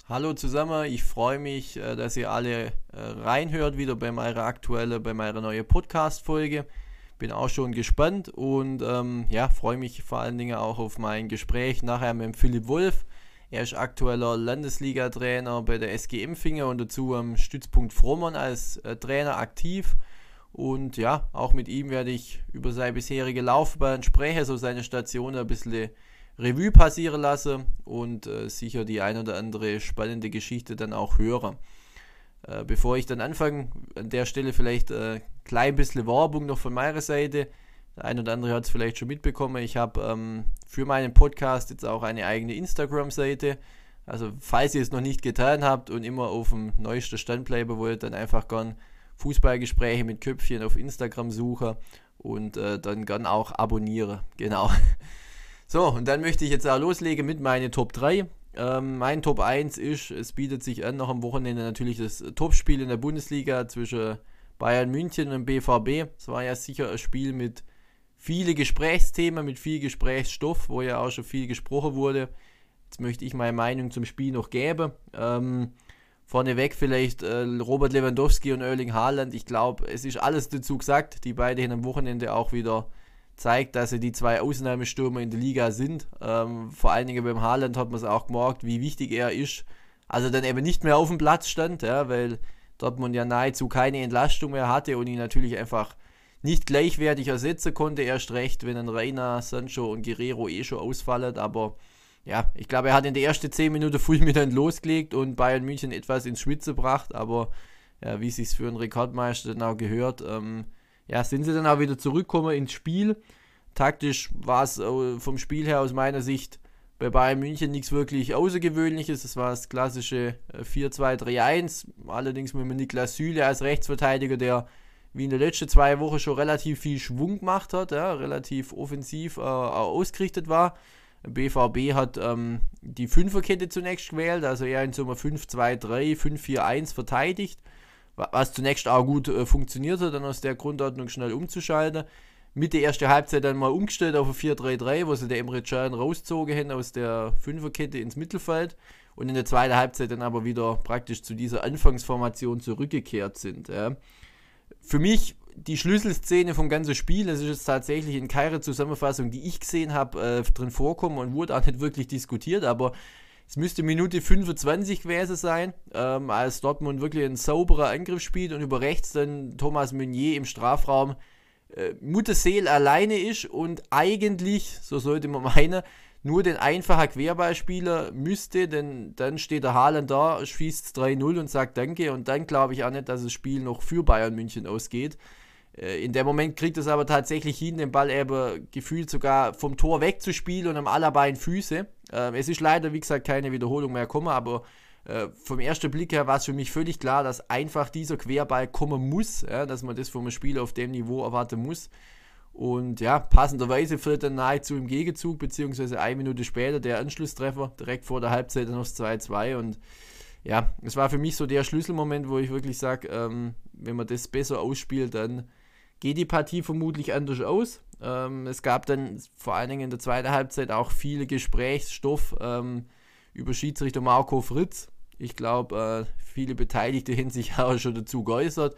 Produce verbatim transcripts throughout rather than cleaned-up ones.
Hallo zusammen, ich freue mich, äh, dass ihr alle äh, reinhört wieder bei meiner aktuellen, bei meiner neuen Podcast-Folge. Bin auch schon gespannt und ähm, ja, freue mich vor allen Dingen auch auf mein Gespräch nachher mit dem Philipp Wolf. Er ist aktueller Landesliga-Trainer bei der S G Empfingen und dazu am Stützpunkt Frohmann als äh, Trainer aktiv. Und ja, auch mit ihm werde ich über seine bisherige Laufbahn sprechen, so seine Station ein bisschen Revue passieren lassen und äh, sicher die ein oder andere spannende Geschichte dann auch hören. Äh, bevor ich dann anfange, an der Stelle vielleicht ein äh, klein bisschen Werbung noch von meiner Seite. Der ein oder andere hat es vielleicht schon mitbekommen. Ich habe ähm, für meinen Podcast jetzt auch eine eigene Instagram-Seite. Also falls ihr es noch nicht getan habt und immer auf dem neuesten Stand bleiben wollt, dann einfach gern Fußballgespräche mit Köpfchen auf Instagram suchen und äh, dann gern auch abonnieren. Genau. So, und dann möchte ich jetzt auch loslegen mit meinen Top drei. Ähm, mein Top eins ist, es bietet sich an, noch am Wochenende natürlich das Topspiel in der Bundesliga zwischen Bayern München und B V B. Es war ja sicher ein Spiel mit vielen Gesprächsthemen, mit viel Gesprächsstoff, wo ja auch schon viel gesprochen wurde. Jetzt möchte ich meine Meinung zum Spiel noch geben. Ähm, vorneweg vielleicht äh, Robert Lewandowski und Erling Haaland. Ich glaube, es ist alles dazu gesagt. Die beiden am Wochenende auch wieder zeigt, dass sie die zwei Ausnahmestürmer in der Liga sind. Ähm, vor allen Dingen beim Haaland hat man es auch gemerkt, wie wichtig er ist. Also dann eben nicht mehr auf dem Platz stand, ja, weil Dortmund ja nahezu keine Entlastung mehr hatte und ihn natürlich einfach nicht gleichwertig ersetzen konnte. Erst recht, wenn ein Reina, Sancho und Guerrero eh schon ausfallen. Aber ja, ich glaube, er hat in den ersten zehn Minuten früh mit dann losgelegt und Bayern München etwas ins Schwitzen gebracht. Aber ja, wie es sich für einen Rekordmeister dann auch gehört, ähm, ja, sind sie dann auch wieder zurückgekommen ins Spiel. Taktisch war es vom Spiel her aus meiner Sicht bei Bayern München nichts wirklich Außergewöhnliches. Es war das klassische vier zwei drei eins, allerdings mit Niklas Süle als Rechtsverteidiger, der wie in den letzten zwei Wochen schon relativ viel Schwung gemacht hat, ja, relativ offensiv äh, ausgerichtet war. B V B hat ähm, die Fünferkette zunächst gewählt, also eher in so einem fünf zwei drei, fünf vier eins verteidigt, was zunächst auch gut äh, funktionierte, dann aus der Grundordnung schnell umzuschalten. Mitte erste Halbzeit dann mal umgestellt auf ein vier drei drei, wo sie der Emre Can rauszogen haben aus der Fünferkette ins Mittelfeld und in der zweiten Halbzeit dann aber wieder praktisch zu dieser Anfangsformation zurückgekehrt sind. Ja. Für mich die Schlüsselszene vom ganzen Spiel, das ist jetzt tatsächlich in keiner Zusammenfassung, die ich gesehen habe, äh, drin vorkommen und wurde auch nicht wirklich diskutiert, aber es müsste Minute fünfundzwanzig gewesen sein, ähm, als Dortmund wirklich ein sauberer Angriff spielt und über rechts dann Thomas Meunier im Strafraum äh, Mutterseel alleine ist und eigentlich, so sollte man meinen, nur den einfachen Querballspieler müsste, denn dann steht der Haaland da, schießt drei null und sagt Danke und dann glaube ich auch nicht, dass das Spiel noch für Bayern München ausgeht. Äh, in dem Moment kriegt es aber tatsächlich hin, den Ball eben gefühlt sogar vom Tor wegzuspielen und am allerbein Füße. Äh, es ist leider, wie gesagt, keine Wiederholung mehr gekommen, aber äh, vom ersten Blick her war es für mich völlig klar, dass einfach dieser Querball kommen muss, ja, dass man das vom Spieler auf dem Niveau erwarten muss. Und ja, passenderweise fällt dann nahezu im Gegenzug, beziehungsweise eine Minute später der Anschlusstreffer, direkt vor der Halbzeit noch das zwei zwei. Und ja, es war für mich so der Schlüsselmoment, wo ich wirklich sage, ähm, wenn man das besser ausspielt, dann geht die Partie vermutlich anders aus. Ähm, es gab dann vor allen Dingen in der zweiten Halbzeit auch viel Gesprächsstoff ähm, über Schiedsrichter Marco Fritz. Ich glaube, äh, viele Beteiligte haben sich auch schon dazu geäußert.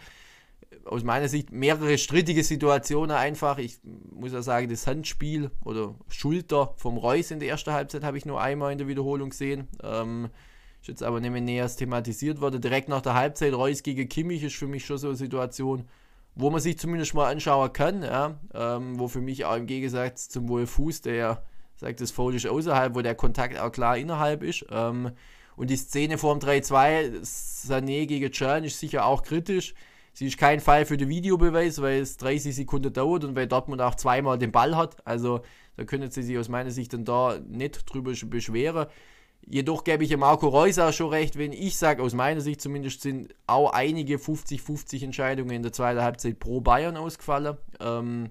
Aus meiner Sicht mehrere strittige Situationen einfach. Ich muss ja sagen, das Handspiel oder Schulter vom Reus in der ersten Halbzeit habe ich nur einmal in der Wiederholung gesehen. Ähm, ist jetzt aber nicht mehr näher thematisiert worden. Direkt nach der Halbzeit Reus gegen Kimmich ist für mich schon so eine Situation, wo man sich zumindest mal anschauen kann. Ja? Ähm, wo für mich auch im Gegensatz zum Wolf Fuß, der ja sagt, das Foul ist außerhalb, wo der Kontakt auch klar innerhalb ist. Ähm, und die Szene vor dem drei zwei, Sané gegen Can, ist sicher auch kritisch. Sie ist kein Fall für den Videobeweis, weil es dreißig Sekunden dauert und weil Dortmund auch zweimal den Ball hat. Also da können sie sich aus meiner Sicht dann da nicht drüber beschweren. Jedoch gebe ich ja Marco Reus auch schon recht, wenn ich sage, aus meiner Sicht zumindest sind auch einige fünfzig fünfzig Entscheidungen in der zweiten Halbzeit pro Bayern ausgefallen. Ähm,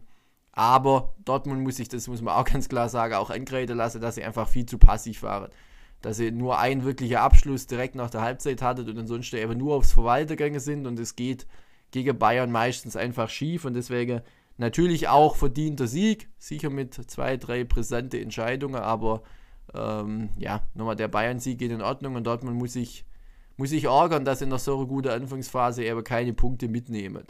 aber Dortmund muss sich, das muss man auch ganz klar sagen, auch angreifen lassen, dass sie einfach viel zu passiv waren. Dass sie nur einen wirklichen Abschluss direkt nach der Halbzeit hatten und ansonsten eben nur aufs Verwalten gegangen sind und es geht gegen Bayern meistens einfach schief und deswegen natürlich auch verdienter Sieg, sicher mit zwei, drei brisante Entscheidungen, aber ähm, ja, nochmal der Bayern-Sieg geht in Ordnung und Dortmund muss sich, muss sich ärgern, dass sie nach so einer guten Anfangsphase eben keine Punkte mitnehmen.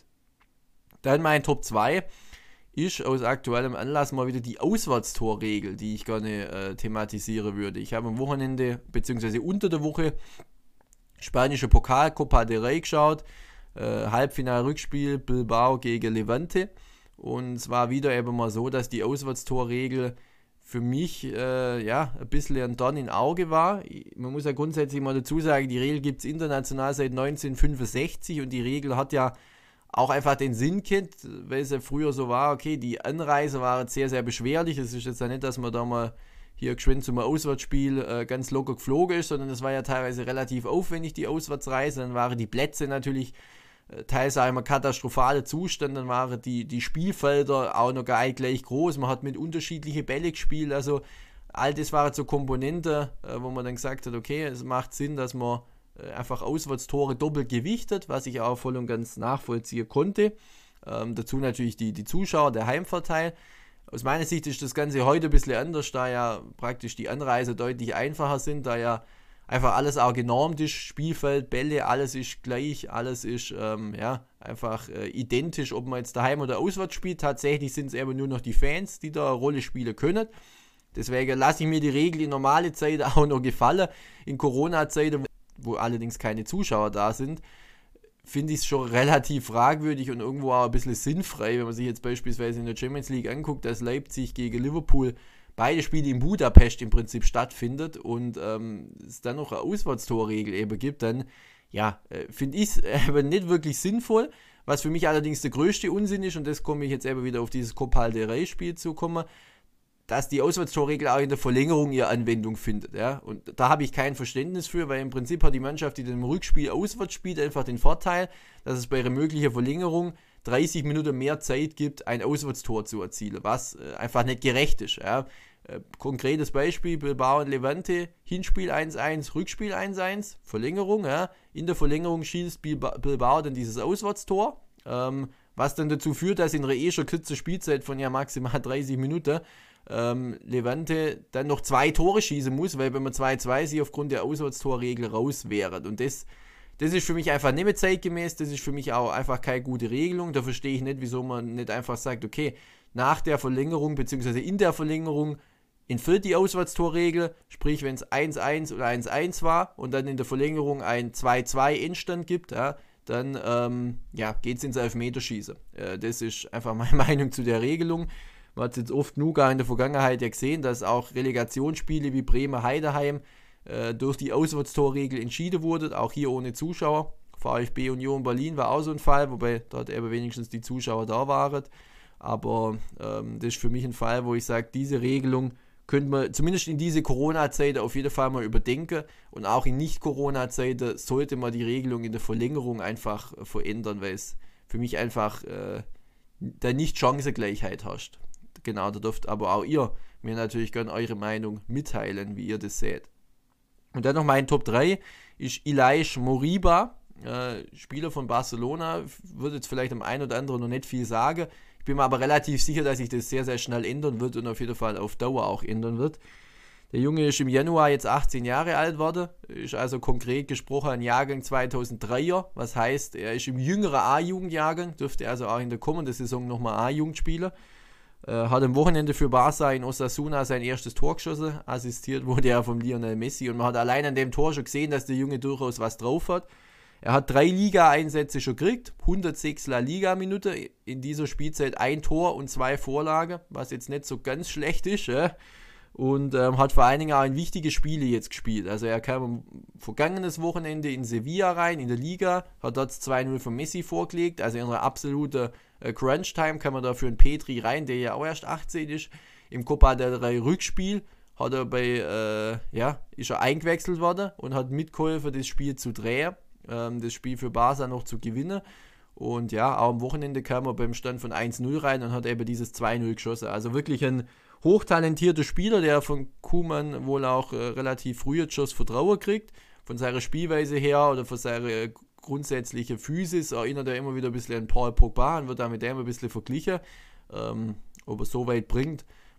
Dann mein Top zwei ist aus aktuellem Anlass mal wieder die Auswärtstorregel, die ich gerne äh, thematisieren würde. Ich habe am Wochenende, beziehungsweise unter der Woche, spanische Pokal, Copa del Rey geschaut, äh, Halbfinal-Rückspiel Bilbao gegen Levante, und es war wieder eben mal so, dass die Auswärtstorregel für mich äh, ja, ein bisschen ein Dorn im Auge war. Man muss ja grundsätzlich mal dazu sagen, die Regel gibt es international seit neunzehnhundertfünfundsechzig und die Regel hat ja auch einfach den Sinn kennt, weil es ja früher so war, okay, die Anreise war sehr, sehr beschwerlich. Es ist jetzt ja nicht, dass man da mal hier geschwind zum Auswärtsspiel äh, ganz locker geflogen ist, sondern es war ja teilweise relativ aufwendig, die Auswärtsreise. Dann waren die Plätze natürlich äh, teils auch immer katastrophale Zustand, dann waren die, die Spielfelder auch noch gar nicht gleich groß. Man hat mit unterschiedlichen Bälle gespielt, also all das waren so Komponenten, äh, wo man dann gesagt hat, okay, es macht Sinn, dass man einfach Auswärtstore doppelt gewichtet, was ich auch voll und ganz nachvollziehen konnte. Ähm, dazu natürlich die, die Zuschauer, der Heimvorteil. Aus meiner Sicht ist das Ganze heute ein bisschen anders, da ja praktisch die Anreise deutlich einfacher sind, da ja einfach alles auch genormt ist, Spielfeld, Bälle, alles ist gleich, alles ist ähm, ja, einfach äh, identisch, ob man jetzt daheim oder auswärts spielt. Tatsächlich sind es eben nur noch die Fans, die da eine Rolle spielen können. Deswegen lasse ich mir die Regel in normale Zeiten auch noch gefallen. In Corona-Zeiten, wo allerdings keine Zuschauer da sind, finde ich es schon relativ fragwürdig und irgendwo auch ein bisschen sinnfrei, wenn man sich jetzt beispielsweise in der Champions League anguckt, dass Leipzig gegen Liverpool beide Spiele in Budapest im Prinzip stattfindet und ähm, es dann noch eine Auswärtstorregel eben gibt, dann ja, äh, finde ich es eben nicht wirklich sinnvoll. Was für mich allerdings der größte Unsinn ist, und das komme ich jetzt eben wieder auf dieses Copa del Rey Spiel zu kommen, dass die Auswärtstorregel auch in der Verlängerung ihre Anwendung findet. Ja? Und da habe ich kein Verständnis für, weil im Prinzip hat die Mannschaft, die dann im Rückspiel auswärts spielt, einfach den Vorteil, dass es bei ihrer möglichen Verlängerung dreißig Minuten mehr Zeit gibt, ein Auswärtstor zu erzielen, was äh, einfach nicht gerecht ist. Ja? Äh, konkretes Beispiel, Bilbao und Levante, Hinspiel eins eins, Rückspiel eins eins, Verlängerung. Ja? In der Verlängerung schießt Bilbao dann dieses Auswärtstor, ähm, was dann dazu führt, dass in einer eh schon kurzen Spielzeit von ja maximal dreißig Minuten Ähm, Levante dann noch zwei Tore schießen muss, weil wenn man zwei zwei sie aufgrund der Auswärtstorregel raus wäre. Und das, das ist für mich einfach nicht mehr zeitgemäß, das ist für mich auch einfach keine gute Regelung. Da verstehe ich nicht, wieso man nicht einfach sagt, okay, nach der Verlängerung bzw. in der Verlängerung entfällt die Auswärtstorregel, sprich wenn es eins eins oder eins eins war und dann in der Verlängerung ein zwei zwei Endstand gibt, ja, dann ähm, ja, geht es ins Elfmeterschießen. Äh, das ist einfach meine Meinung zu der Regelung. Man hat es jetzt oft genug in der Vergangenheit ja gesehen, dass auch Relegationsspiele wie Bremer-Heidenheim äh, durch die Auswärtstorregel entschieden wurden, auch hier ohne Zuschauer. VfB Union Berlin war auch so ein Fall, wobei dort eben wenigstens die Zuschauer da waren. Aber ähm, das ist für mich ein Fall, wo ich sage, diese Regelung könnte man zumindest in diese Corona-Zeit auf jeden Fall mal überdenken. Und auch in Nicht-Corona-Zeiten sollte man die Regelung in der Verlängerung einfach äh, verändern, weil es für mich einfach äh, da nicht Chancengleichheit herrscht. Genau, da dürft aber auch ihr mir natürlich gerne eure Meinung mitteilen, wie ihr das seht. Und dann noch mein Top drei ist Ilaix Moriba, äh, Spieler von Barcelona. Würde jetzt vielleicht am einen oder anderen noch nicht viel sagen. Ich bin mir aber relativ sicher, dass sich das sehr, sehr schnell ändern wird und auf jeden Fall auf Dauer auch ändern wird. Der Junge ist im Januar jetzt achtzehn Jahre alt geworden, ist also konkret gesprochen ein Jahrgang zweitausenddreier, was heißt, er ist im jüngeren A-Jugendjahrgang, dürfte also auch in der kommenden Saison nochmal A-Jugend spielen. Äh, hat am Wochenende für Barca in Osasuna sein erstes Tor geschossen, assistiert wurde er von Lionel Messi und man hat allein an dem Tor schon gesehen, dass der Junge durchaus was drauf hat. Er hat drei Liga-Einsätze schon gekriegt, hundertsechs La Liga-Minuten, in dieser Spielzeit ein Tor und zwei Vorlagen, was jetzt nicht so ganz schlecht ist, ja? Und ähm, hat vor allen Dingen auch in wichtige Spiele jetzt gespielt. Also er kam am vergangenes Wochenende in Sevilla rein, in der Liga, hat dort zwei null von Messi vorgelegt, also in einer absoluten äh, Crunch-Time kann man da für einen Petri rein, der ja auch erst achtzehn ist. Im Copa del Rey Rückspiel hat er bei, äh, ja, ist er eingewechselt worden und hat mitgeholfen, das Spiel zu drehen, ähm, das Spiel für Barca noch zu gewinnen. Und ja, auch am Wochenende kam er beim Stand von eins null rein und hat eben dieses zwei null geschossen. Also wirklich ein hochtalentierter Spieler, der von Koeman wohl auch äh, relativ früh jetzt schon das Vertrauen kriegt. Von seiner Spielweise her oder von seiner äh, grundsätzlichen Physis erinnert er immer wieder ein bisschen an Paul Pogba und wird damit ein bisschen verglichen. Ähm, ob er so weit bringt,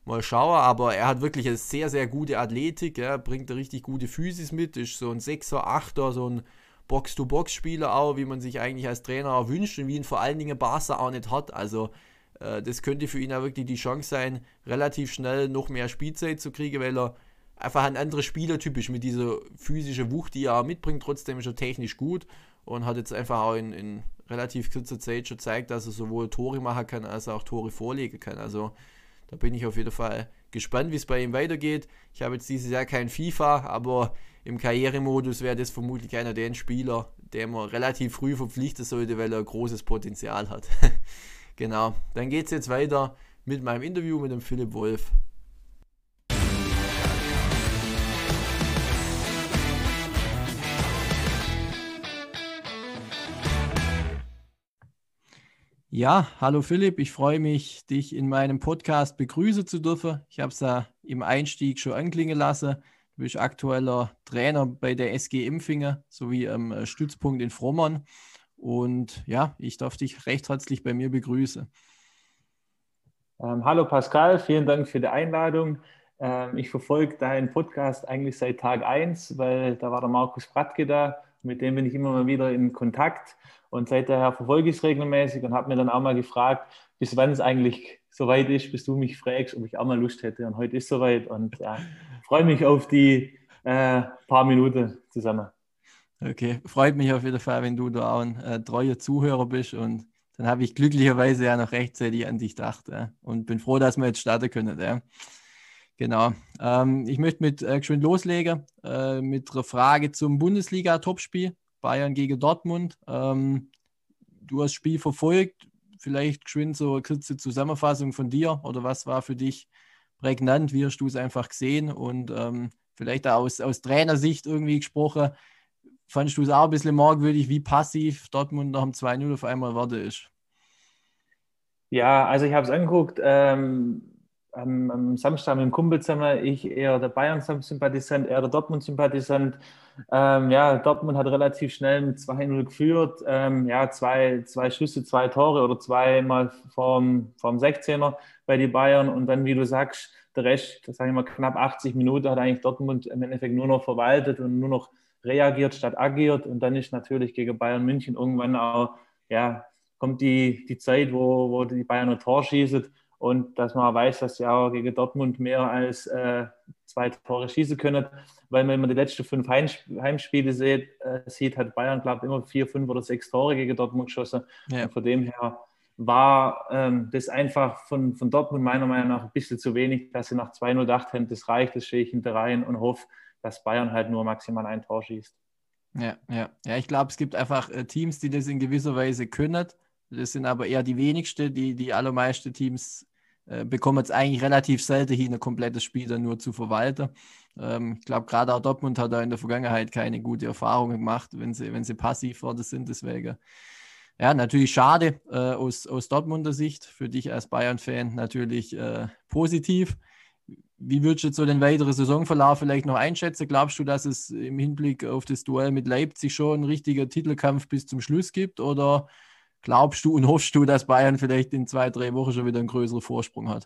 mal schauen. Aber er hat wirklich eine sehr, sehr gute Athletik, ja, bringt eine richtig gute Physis mit, ist so ein Sechser, Achter, so ein Box-to-Box-Spieler auch, wie man sich eigentlich als Trainer auch wünscht und wie ihn vor allen Dingen Barca auch nicht hat. Also äh, das könnte für ihn auch wirklich die Chance sein, relativ schnell noch mehr Spielzeit zu kriegen, weil er einfach ein anderer Spielertyp ist mit dieser physischen Wucht, die er auch mitbringt. Trotzdem ist er technisch gut und hat jetzt einfach auch in, in relativ kurzer Zeit schon gezeigt, dass er sowohl Tore machen kann, als auch Tore vorlegen kann. Also da bin ich auf jeden Fall gespannt, wie es bei ihm weitergeht. Ich habe jetzt dieses Jahr kein FIFA, aber im Karrieremodus wäre das vermutlich einer der Spieler, der man relativ früh verpflichten sollte, weil er großes Potenzial hat. Genau, dann geht es jetzt weiter mit meinem Interview mit dem Philipp Wolf. Ja, hallo Philipp, ich freue mich, dich in meinem Podcast begrüßen zu dürfen. Ich habe es ja im Einstieg schon anklingen lassen. Du bist aktueller Trainer bei der S G Empfingen sowie am Stützpunkt in Frommern. Und ja, ich darf dich recht herzlich bei mir begrüßen. Ähm, hallo Pascal, vielen Dank für die Einladung. Ähm, ich verfolge deinen Podcast eigentlich seit Tag eins, weil da war der Markus Brattke da. Mit dem bin ich immer mal wieder in Kontakt und seither verfolge ich es regelmäßig und habe mir dann auch mal gefragt, bis wann es eigentlich soweit ist, bis du mich fragst, ob ich auch mal Lust hätte. Und heute ist soweit und ja, freue mich auf die äh, paar Minuten zusammen. Okay, freut mich auf jeden Fall, wenn du da auch ein äh, treuer Zuhörer bist und dann habe ich glücklicherweise ja noch rechtzeitig an dich gedacht, ja, und bin froh, dass wir jetzt starten können. Ja. Genau. Ähm, ich möchte mit äh, geschwind loslegen äh, mit einer Frage zum Bundesliga-Topspiel Bayern gegen Dortmund. Ähm, du hast das Spiel verfolgt, vielleicht geschwind so eine kurze Zusammenfassung von dir oder was war für dich prägnant, wie hast du es einfach gesehen und ähm, vielleicht auch aus, aus Trainersicht irgendwie gesprochen. Fandest du es auch ein bisschen merkwürdig, wie passiv Dortmund nach dem zwei null auf einmal Warte ist? Ja, also ich habe es angeguckt, ähm, am, am Samstag mit dem Kumpel zusammen, ich eher der Bayern-Sympathisant, er der Dortmund-Sympathisant. Ähm, ja, Dortmund hat relativ schnell mit zwei null geführt. Ähm, ja, zwei, zwei Schüsse, zwei Tore oder zweimal vorm, vorm sechzehner bei den Bayern und dann, wie du sagst, der Rest, das sage ich mal, knapp achtzig Minuten hat eigentlich Dortmund im Endeffekt nur noch verwaltet und nur noch reagiert statt agiert und dann ist natürlich gegen Bayern München irgendwann auch, ja, kommt die, die Zeit, wo, wo die Bayern ein Tor schießen und dass man weiß, dass sie auch gegen Dortmund mehr als äh, zwei Tore schießen können. Weil wenn man die letzten fünf Heimspiele sieht, äh, sieht hat Bayern, glaube ich, immer vier, fünf oder sechs Tore gegen Dortmund geschossen. Ja. Und von dem her war ähm, das einfach von, von Dortmund meiner Meinung nach ein bisschen zu wenig, dass sie nach zwei null gedacht haben, das reicht, das stehe ich hinter rein und hoffe, dass Bayern halt nur maximal ein Tor schießt. Ja, ja. Ja, ich glaube, es gibt einfach äh, Teams, die das in gewisser Weise können. Das sind aber eher die wenigsten. Die, die allermeisten Teams äh, bekommen es eigentlich relativ selten hin, ein komplettes Spiel dann nur zu verwalten. Ähm, ich glaube, gerade auch Dortmund hat da in der Vergangenheit keine gute Erfahrung gemacht, wenn sie, wenn sie passiv worden sind. Deswegen, ja, natürlich schade äh, aus, aus Dortmunder Sicht. Für dich als Bayern-Fan natürlich äh, positiv. Wie würdest du jetzt so den weiteren Saisonverlauf vielleicht noch einschätzen? Glaubst du, dass es im Hinblick auf das Duell mit Leipzig schon ein richtiger Titelkampf bis zum Schluss gibt? Oder glaubst du und hoffst du, dass Bayern vielleicht in zwei, drei Wochen schon wieder einen größeren Vorsprung hat?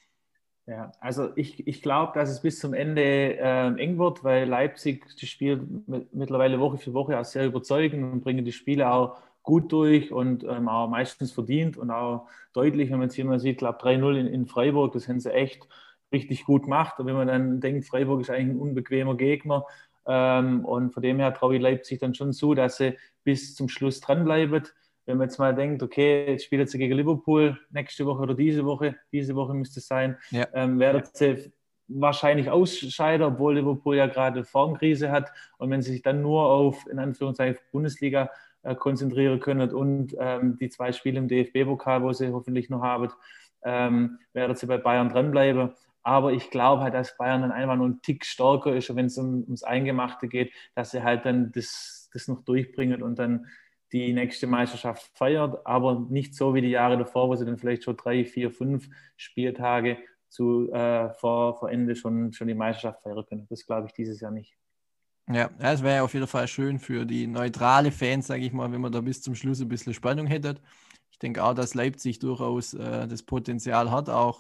Ja, also ich, ich glaube, dass es bis zum Ende äh, eng wird, weil Leipzig, die spielt mittlerweile Woche für Woche auch sehr überzeugend und bringen die Spiele auch gut durch und ähm, auch meistens verdient und auch deutlich, wenn man jetzt hier mal sieht, glaube drei null in, in Freiburg, das haben sie echt richtig gut gemacht. Und wenn man dann denkt, Freiburg ist eigentlich ein unbequemer Gegner ähm, und von dem her traue ich Leipzig dann schon zu, dass sie bis zum Schluss dranbleiben. Wenn man jetzt mal denkt, okay, jetzt spielt sie gegen Liverpool nächste Woche oder diese Woche, diese Woche müsste es sein, Ja. ähm, werden sie wahrscheinlich ausscheiden, obwohl Liverpool ja gerade Formkrise hat. Und wenn sie sich dann nur auf, in Anführungszeichen, Bundesliga äh, konzentrieren können und ähm, die zwei Spiele im D F B-Pokal, wo sie hoffentlich noch haben, ähm, werden sie bei Bayern dranbleiben. Aber ich glaube halt, dass Bayern dann einfach nur einen Tick stärker ist, wenn es um, ums Eingemachte geht, dass sie halt dann das, das noch durchbringen und dann die nächste Meisterschaft feiert, aber nicht so wie die Jahre davor, wo sie dann vielleicht schon drei, vier, fünf Spieltage zu, äh, vor, vor Ende schon, schon die Meisterschaft feiern können. Das glaube ich dieses Jahr nicht. Ja, es wäre auf jeden Fall schön für die neutrale Fans, sage ich mal, wenn man da bis zum Schluss ein bisschen Spannung hätte. Ich denke auch, dass Leipzig durchaus äh, das Potenzial hat, auch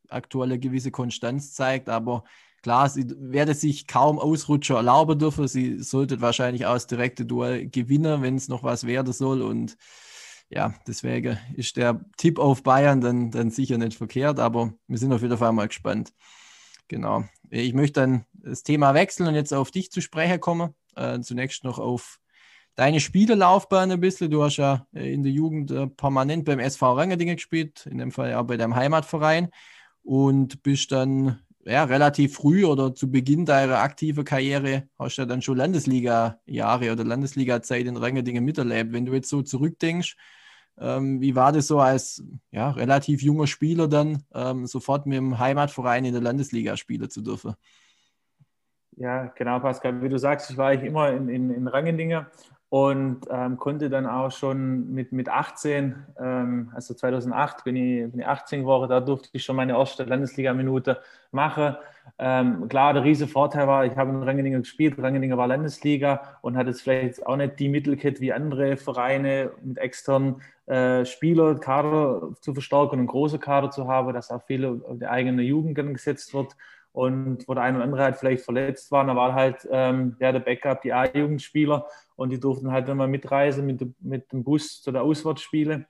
aktuell eine gewisse Konstanz zeigt, aber klar, sie werde sich kaum Ausrutscher erlauben dürfen. Sie sollte wahrscheinlich auch das direkte Duell gewinnen, wenn es noch was werden soll. Und ja, deswegen ist der Tipp auf Bayern dann, dann sicher nicht verkehrt, aber wir sind auf jeden Fall mal gespannt. Genau. Ich möchte dann das Thema wechseln und jetzt auf dich zu sprechen kommen. Äh, zunächst noch auf deine Spielerlaufbahn ein bisschen. Du hast ja in der Jugend äh, permanent beim S V Rangerdingen gespielt, in dem Fall ja bei deinem Heimatverein und bist dann ja, relativ früh oder zu Beginn deiner aktiven Karriere hast du ja dann schon Landesliga-Jahre oder Landesliga-Zeit in Rangerdingen miterlebt. Wenn du jetzt so zurückdenkst, ähm, wie war das so als ja, relativ junger Spieler dann, ähm, sofort mit dem Heimatverein in der Landesliga spielen zu dürfen? Ja, genau, Pascal. Wie du sagst, ich war eigentlich immer in, in, in Rangendingen und ähm, konnte dann auch schon mit, mit achtzehn, ähm, also zweitausendacht bin ich, bin ich achtzehn geworden, da durfte ich schon meine erste Landesliga-Minute machen. Ähm, klar, der riese Vorteil war, ich habe in Rangendingen gespielt, Rangendingen war Landesliga und hatte jetzt vielleicht auch nicht die Mittelkette wie andere Vereine mit externen äh, Spieler, Kader zu verstärken und einen großen Kader zu haben, dass auch viel auf die eigene Jugend gesetzt wird. Und wo der eine oder andere halt vielleicht verletzt war, da war halt ähm, ja, der Backup, die A-Jugendspieler und die durften halt immer mitreisen mit, mit dem Bus zu der Auswärtsspiele.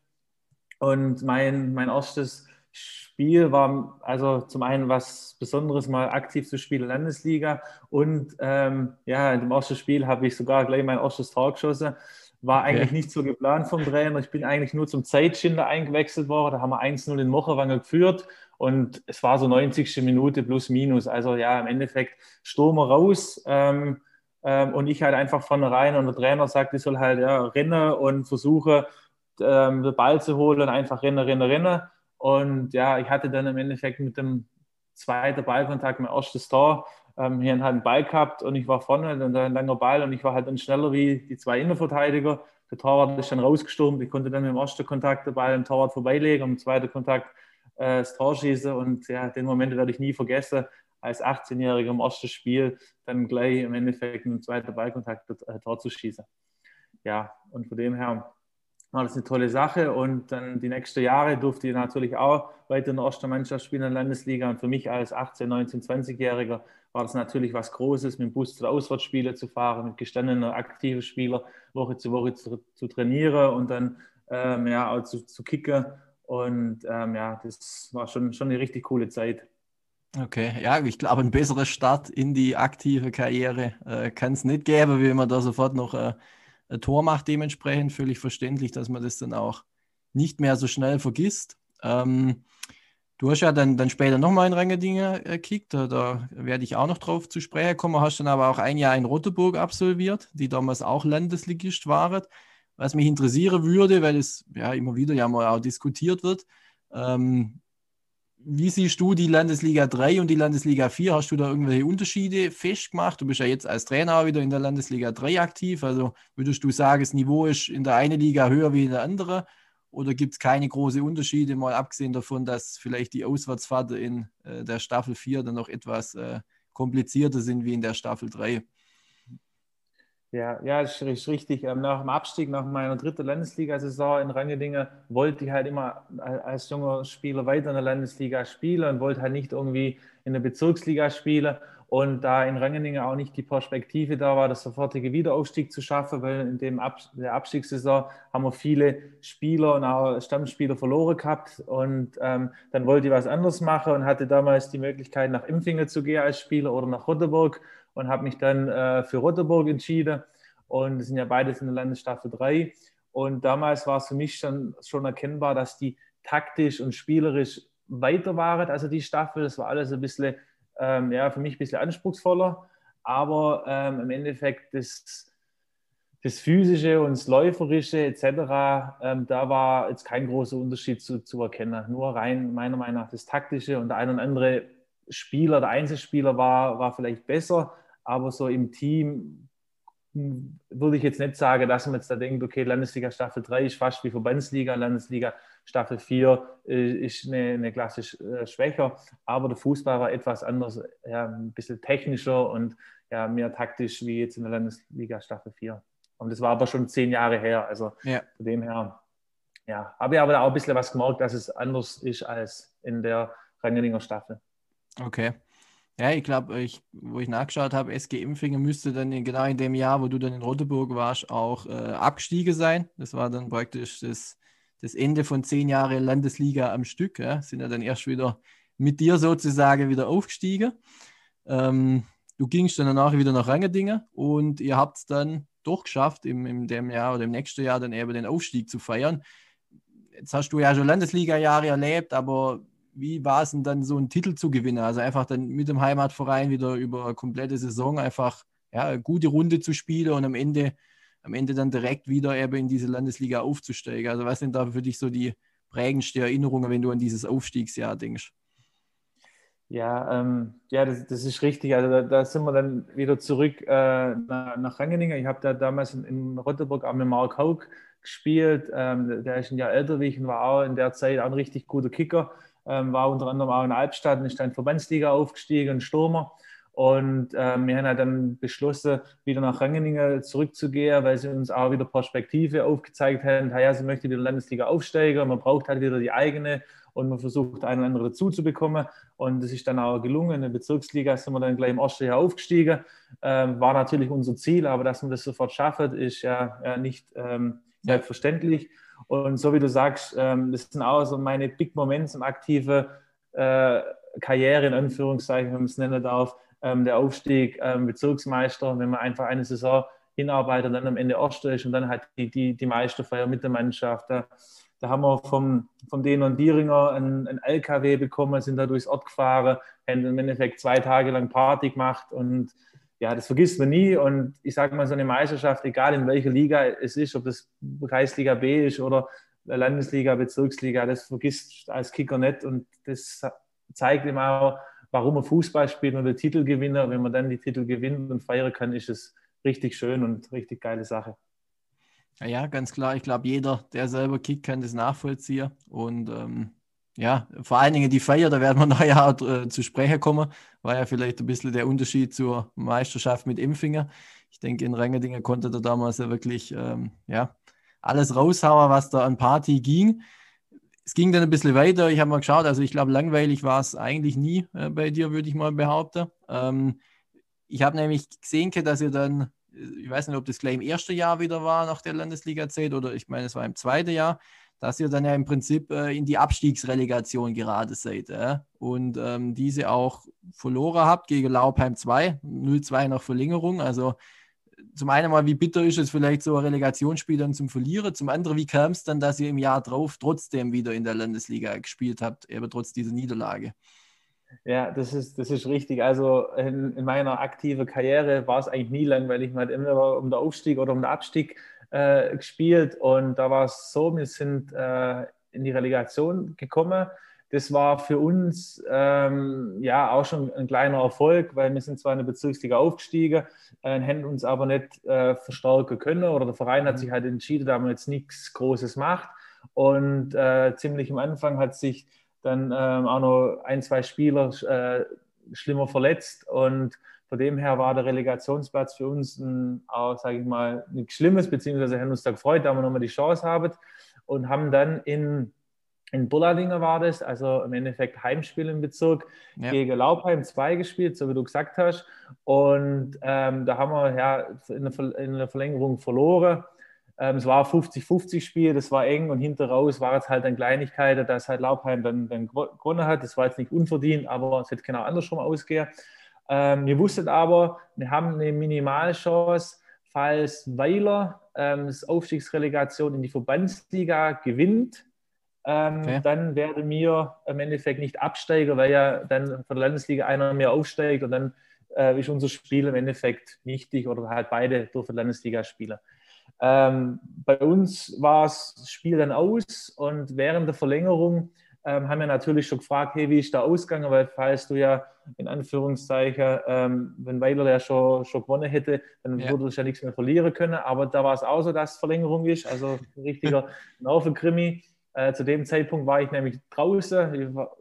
Und mein, mein erstes Spiel war also zum einen was Besonderes, mal aktiv zu spielen, Landesliga. Und ähm, ja, in dem ersten Spiel habe ich sogar gleich mein erstes Tor geschossen. War Okay. eigentlich nicht so geplant vom Trainer. Ich bin eigentlich nur zum Zeitschinder eingewechselt worden. Da haben wir eins null in Mocherwange geführt. Und es war so neunzigste Minute plus minus. Also ja, im Endeffekt Sturm raus. Ähm, ähm, und ich halt einfach vorne rein. Und der Trainer sagt, ich soll halt ja, rennen und versuche, ähm, den Ball zu holen, einfach rennen, rennen, rennen. Und ja, ich hatte dann im Endeffekt mit dem zweiten Ballkontakt mein erstes Tor. Ähm, hier halt einen Ball gehabt und ich war vorne und dann ein langer Ball und ich war halt dann schneller wie die zwei Innenverteidiger. Der Torwart ist dann rausgestürmt. Ich konnte dann mit dem ersten Kontakt den Ball am Torwart vorbeilegen und im zweiten Kontakt äh, das Tor schießen. Und ja, den Moment werde ich nie vergessen, als achtzehn-Jähriger im ersten Spiel dann gleich im Endeffekt mit dem zweiten Ballkontakt das äh, Tor zu schießen. Ja, und von dem her war das eine tolle Sache und dann die nächsten Jahre durfte ich natürlich auch weiter in der ersten Mannschaft spielen in der Landesliga und für mich als achtzehn-, neunzehn-, zwanzig-Jähriger war das natürlich was Großes, mit dem Bus zu der Auswärtsspiele zu fahren, mit gestandenen aktiven Spielern Woche zu Woche zu, zu trainieren und dann ähm, ja, auch zu, zu kicken und ähm, ja, das war schon, schon eine richtig coole Zeit. Okay, ja, ich glaube, ein besserer Start in die aktive Karriere äh, kann es nicht geben, wie man da sofort noch äh, ein Tor macht. Dementsprechend völlig verständlich, dass man das dann auch nicht mehr so schnell vergisst. Ähm, du hast ja dann, dann später nochmal in Rangerdingen äh, gekickt, da, da werde ich auch noch drauf zu sprechen kommen. Hast dann aber auch ein Jahr in Rotenburg absolviert, die damals auch Landesligist waren. Was mich interessieren würde, weil es ja immer wieder ja mal auch diskutiert wird. Ähm, Wie siehst du die Landesliga drei und die Landesliga vier? Hast du da irgendwelche Unterschiede festgemacht? Du bist ja jetzt als Trainer auch wieder in der Landesliga drei aktiv. Also würdest du sagen, das Niveau ist in der einen Liga höher wie in der anderen? Oder gibt es keine großen Unterschiede, mal abgesehen davon, dass vielleicht die Auswärtsfahrten in äh, der Staffel vier dann noch etwas äh, komplizierter sind wie in der Staffel drei? Ja, ja, ist, ist richtig. Ähm, Nach dem Abstieg, nach meiner dritten Landesliga-Saison in Rangedingen, wollte ich halt immer als junger Spieler weiter in der Landesliga spielen und wollte halt nicht irgendwie in der Bezirksliga spielen. Und da in Rangedingen auch nicht die Perspektive da war, das sofortige Wiederaufstieg zu schaffen, weil in dem Ab der Abstiegssaison haben wir viele Spieler und auch Stammspieler verloren gehabt. Und ähm, dann wollte ich was anderes machen und hatte damals die Möglichkeit, nach Impfingen zu gehen als Spieler oder nach Rotenburg und habe mich dann äh, für Rotenburg entschieden. Und es sind ja beides in der Landesstaffel drei. Und damals war es für mich schon, schon erkennbar, dass die taktisch und spielerisch weiter waren. Also die Staffel, das war alles ein bisschen, ähm, ja, für mich ein bisschen anspruchsvoller. Aber ähm, im Endeffekt das, das Physische und das Läuferische et cetera, ähm, da war jetzt kein großer Unterschied zu, zu erkennen. Nur rein meiner Meinung nach das Taktische und der ein oder andere Spieler, der Einzelspieler war, war vielleicht besser, aber so im Team würde ich jetzt nicht sagen, dass man jetzt da denkt, okay, Landesliga Staffel drei ist fast wie Verbandsliga, Landesliga Staffel vier äh, ist eine, eine Klasse äh, schwächer, aber der Fußball war etwas anders, ja, ein bisschen technischer und ja, mehr taktisch wie jetzt in der Landesliga Staffel vier. Und das war aber schon zehn Jahre her, also Ja. von dem her, ja, habe ich aber auch ein bisschen was gemerkt, dass es anders ist als in der Rangeringer Staffel. Okay. Ja, ich glaube, ich, wo ich nachgeschaut habe, S G Impfingen müsste dann in, genau in dem Jahr, wo du dann in Rotenburg warst, auch äh, abgestiegen sein. Das war dann praktisch das, das Ende von zehn Jahren Landesliga am Stück. Ja. Sind ja dann erst wieder mit dir sozusagen wieder aufgestiegen. Ähm, du gingst dann danach wieder nach Rangerdingen und ihr habt es dann doch geschafft, im, in dem Jahr oder im nächsten Jahr dann eben den Aufstieg zu feiern. Jetzt hast du ja schon Landesliga-Jahre erlebt, aber wie war es denn dann, so einen Titel zu gewinnen? Also einfach dann mit dem Heimatverein wieder über eine komplette Saison einfach ja, eine gute Runde zu spielen und am Ende, am Ende dann direkt wieder eben in diese Landesliga aufzusteigen. Also was sind da für dich so die prägendsten Erinnerungen, wenn du an dieses Aufstiegsjahr denkst? Ja, ähm, ja, das, das ist richtig. Also da, da sind wir dann wieder zurück äh, nach, nach Rangeningen. Ich habe da damals in, in Rotenburg auch mit Mark Haug gespielt. Ähm, der ist ein Jahr älter wie ich und war auch in der Zeit auch ein richtig guter Kicker. Ähm, war unter anderem auch in Albstadt und ist dann Verbandsliga aufgestiegen, ein Stürmer. Und ähm, wir haben halt dann beschlossen, wieder nach Rangeningen zurückzugehen, weil sie uns auch wieder Perspektive aufgezeigt haben. Ja, sie möchte wieder Landesliga aufsteigen, man braucht halt wieder die eigene und man versucht, einen oder anderen dazu zu bekommen. Und das ist dann auch gelungen. In der Bezirksliga sind wir dann gleich im ersten Jahr aufgestiegen. Ähm, war natürlich unser Ziel, aber dass man das sofort schafft, ist ja, ja nicht ähm, Ja. selbstverständlich. Und so wie du sagst, ähm, das sind auch so meine Big Moments im aktiven äh, Karriere, in Anführungszeichen, wenn man es nennen darf. Ähm, der Aufstieg, ähm, Bezirksmeister, wenn man einfach eine Saison hinarbeitet und dann am Ende Erster ist und dann halt die, die, die Meisterfeier mit der Mannschaft. Da, da haben wir vom, vom Denon Dieringer einen, einen L K W bekommen, sind da durchs Ort gefahren, haben im Endeffekt zwei Tage lang Party gemacht und ja, das vergisst man nie. Und ich sage mal, so eine Meisterschaft, egal in welcher Liga es ist, ob das Kreisliga B ist oder Landesliga, Bezirksliga, das vergisst als Kicker nicht. Und das zeigt ihm auch, warum er Fußball spielt und der Titelgewinner. Wenn man dann die Titel gewinnt und feiern kann, ist es richtig schön und richtig geile Sache. Ja, ja, ganz klar. Ich glaube, jeder, der selber kickt, kann das nachvollziehen. Und ähm, ja, vor allen Dingen die Feier, da werden wir nachher auch, äh, zu sprechen kommen. War ja vielleicht ein bisschen der Unterschied zur Meisterschaft mit Impfinger. Ich denke, in Rangerdingen konnte er damals ja wirklich ähm, ja, alles raushauen, was da an Party ging. Es ging dann ein bisschen weiter. Ich habe mal geschaut, also ich glaube, langweilig war es eigentlich nie äh, bei dir, würde ich mal behaupten. Ähm, ich habe nämlich gesehen, dass ihr dann, ich weiß nicht, ob das gleich im ersten Jahr wieder war nach der Landesliga-Zeit oder ich meine, es war im zweiten Jahr, dass ihr dann ja im Prinzip äh, in die Abstiegsrelegation gerade seid äh? und ähm, diese auch verloren habt gegen Laupheim zwei, null zwei nach Verlängerung. Also zum einen mal, wie bitter ist es vielleicht so ein Relegationsspiel dann zum Verlieren, zum anderen, wie kam es dann, dass ihr im Jahr drauf trotzdem wieder in der Landesliga gespielt habt, eben trotz dieser Niederlage? Ja, das ist, das ist richtig. Also in, in meiner aktiven Karriere war es eigentlich nie langweilig. Man hat immer um den Aufstieg oder um den Abstieg äh, gespielt. Und da war es so, wir sind äh, in die Relegation gekommen. Das war für uns ähm, ja auch schon ein kleiner Erfolg, weil wir sind zwar in der Bezirksliga aufgestiegen, äh, hätten uns aber nicht äh, verstärken können. Oder der Verein hat sich halt entschieden, da man jetzt nichts Großes macht. Und äh, ziemlich am Anfang hat sich dann ähm, auch noch ein, zwei Spieler äh, schlimmer verletzt und von dem her war der Relegationsplatz für uns ein, auch, sage ich mal, nichts Schlimmes, beziehungsweise haben uns da gefreut, da wir nochmal die Chance haben und haben dann in, in Burladingen war das, also im Endeffekt Heimspiel im Bezirk, Ja. gegen Laupheim zwei gespielt, so wie du gesagt hast und ähm, da haben wir ja in der, in der Verlängerung verloren. Ähm, es war ein fünfzig fünfzig Spiel, das war eng und hinter raus war es halt dann Kleinigkeiten, dass halt Laupheim dann, dann gewonnen hat. Das war jetzt nicht unverdient, aber es hätte genau andersrum ausgehen. Ähm, wir wussten aber, wir haben eine Minimalchance, falls Weiler ähm, das Aufstiegsrelegation in die Verbandsliga gewinnt, ähm, Okay. dann werden wir im Endeffekt nicht absteigen, weil ja dann von der Landesliga einer mehr aufsteigt und dann äh, ist unser Spiel im Endeffekt nichtig oder halt beide dürfen Landesliga spielen. Ähm, bei uns war das Spiel dann aus und während der Verlängerung ähm, haben wir natürlich schon gefragt, hey, wie ist der Ausgang? Weil falls du ja in Anführungszeichen, ähm, wenn Weiler ja schon, schon gewonnen hätte, dann Ja. würde es ja nichts mehr verlieren können. Aber da war es auch so, dass es Verlängerung ist, also ein richtiger Nervenkrimi. Äh, zu dem Zeitpunkt war ich nämlich draußen. Ich war,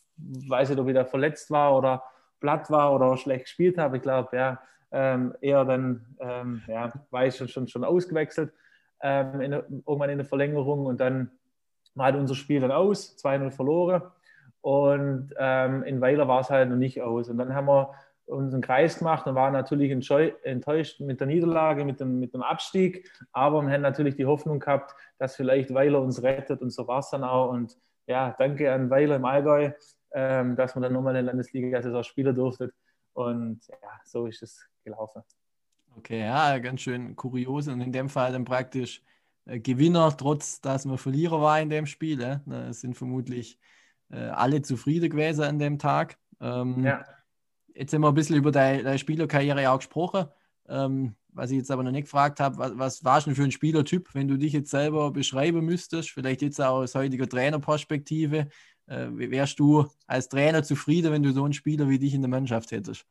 weiß nicht, ob ich da verletzt war oder platt war oder schlecht gespielt habe. Ich glaube, ja, ähm, eher dann, ähm, ja, war ich schon, schon, schon ausgewechselt, ähm, in, irgendwann in der Verlängerung und dann war halt unser Spiel dann aus, zwei null verloren und ähm, in Weiler war es halt noch nicht aus. Und dann haben wir unseren Kreis gemacht und waren natürlich enttäuscht mit der Niederlage, mit dem, mit dem Abstieg, aber wir haben natürlich die Hoffnung gehabt, dass vielleicht Weiler uns rettet und so war es dann auch. Und ja, danke an Weiler im Allgäu, ähm, dass wir dann nochmal in der Landesliga-Saison spielen durften. Und ja, so ist es gelaufen. Okay, ja, ganz schön kurios und in dem Fall dann praktisch äh, Gewinner, trotz dass man Verlierer war in dem Spiel. Äh? Es sind vermutlich äh, alle zufrieden gewesen an dem Tag. Ähm, Ja. Jetzt haben wir ein bisschen über deine, deine Spielerkarriere auch gesprochen. Ähm, was ich jetzt aber noch nicht gefragt habe, was, was warst du denn für ein Spielertyp, wenn du dich jetzt selber beschreiben müsstest, vielleicht jetzt auch aus heutiger Trainerperspektive, äh, wärst du als Trainer zufrieden, wenn du so einen Spieler wie dich in der Mannschaft hättest?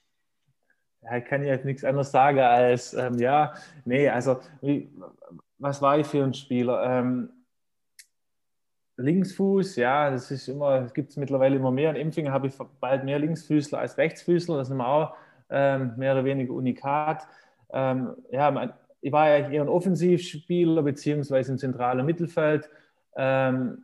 Ja, ich kann jetzt nichts anderes sagen als, ähm, ja, nee, also, wie, was war ich für ein Spieler? Ähm, Linksfuß, ja, das ist immer, gibt es mittlerweile immer mehr. In Empfingen habe ich bald mehr Linksfüßler als Rechtsfüßler, das ist immer auch ähm, mehr oder weniger unikat. Ähm, ja, mein, ich war ja eher ein Offensivspieler, beziehungsweise im zentralen Mittelfeld. Ähm,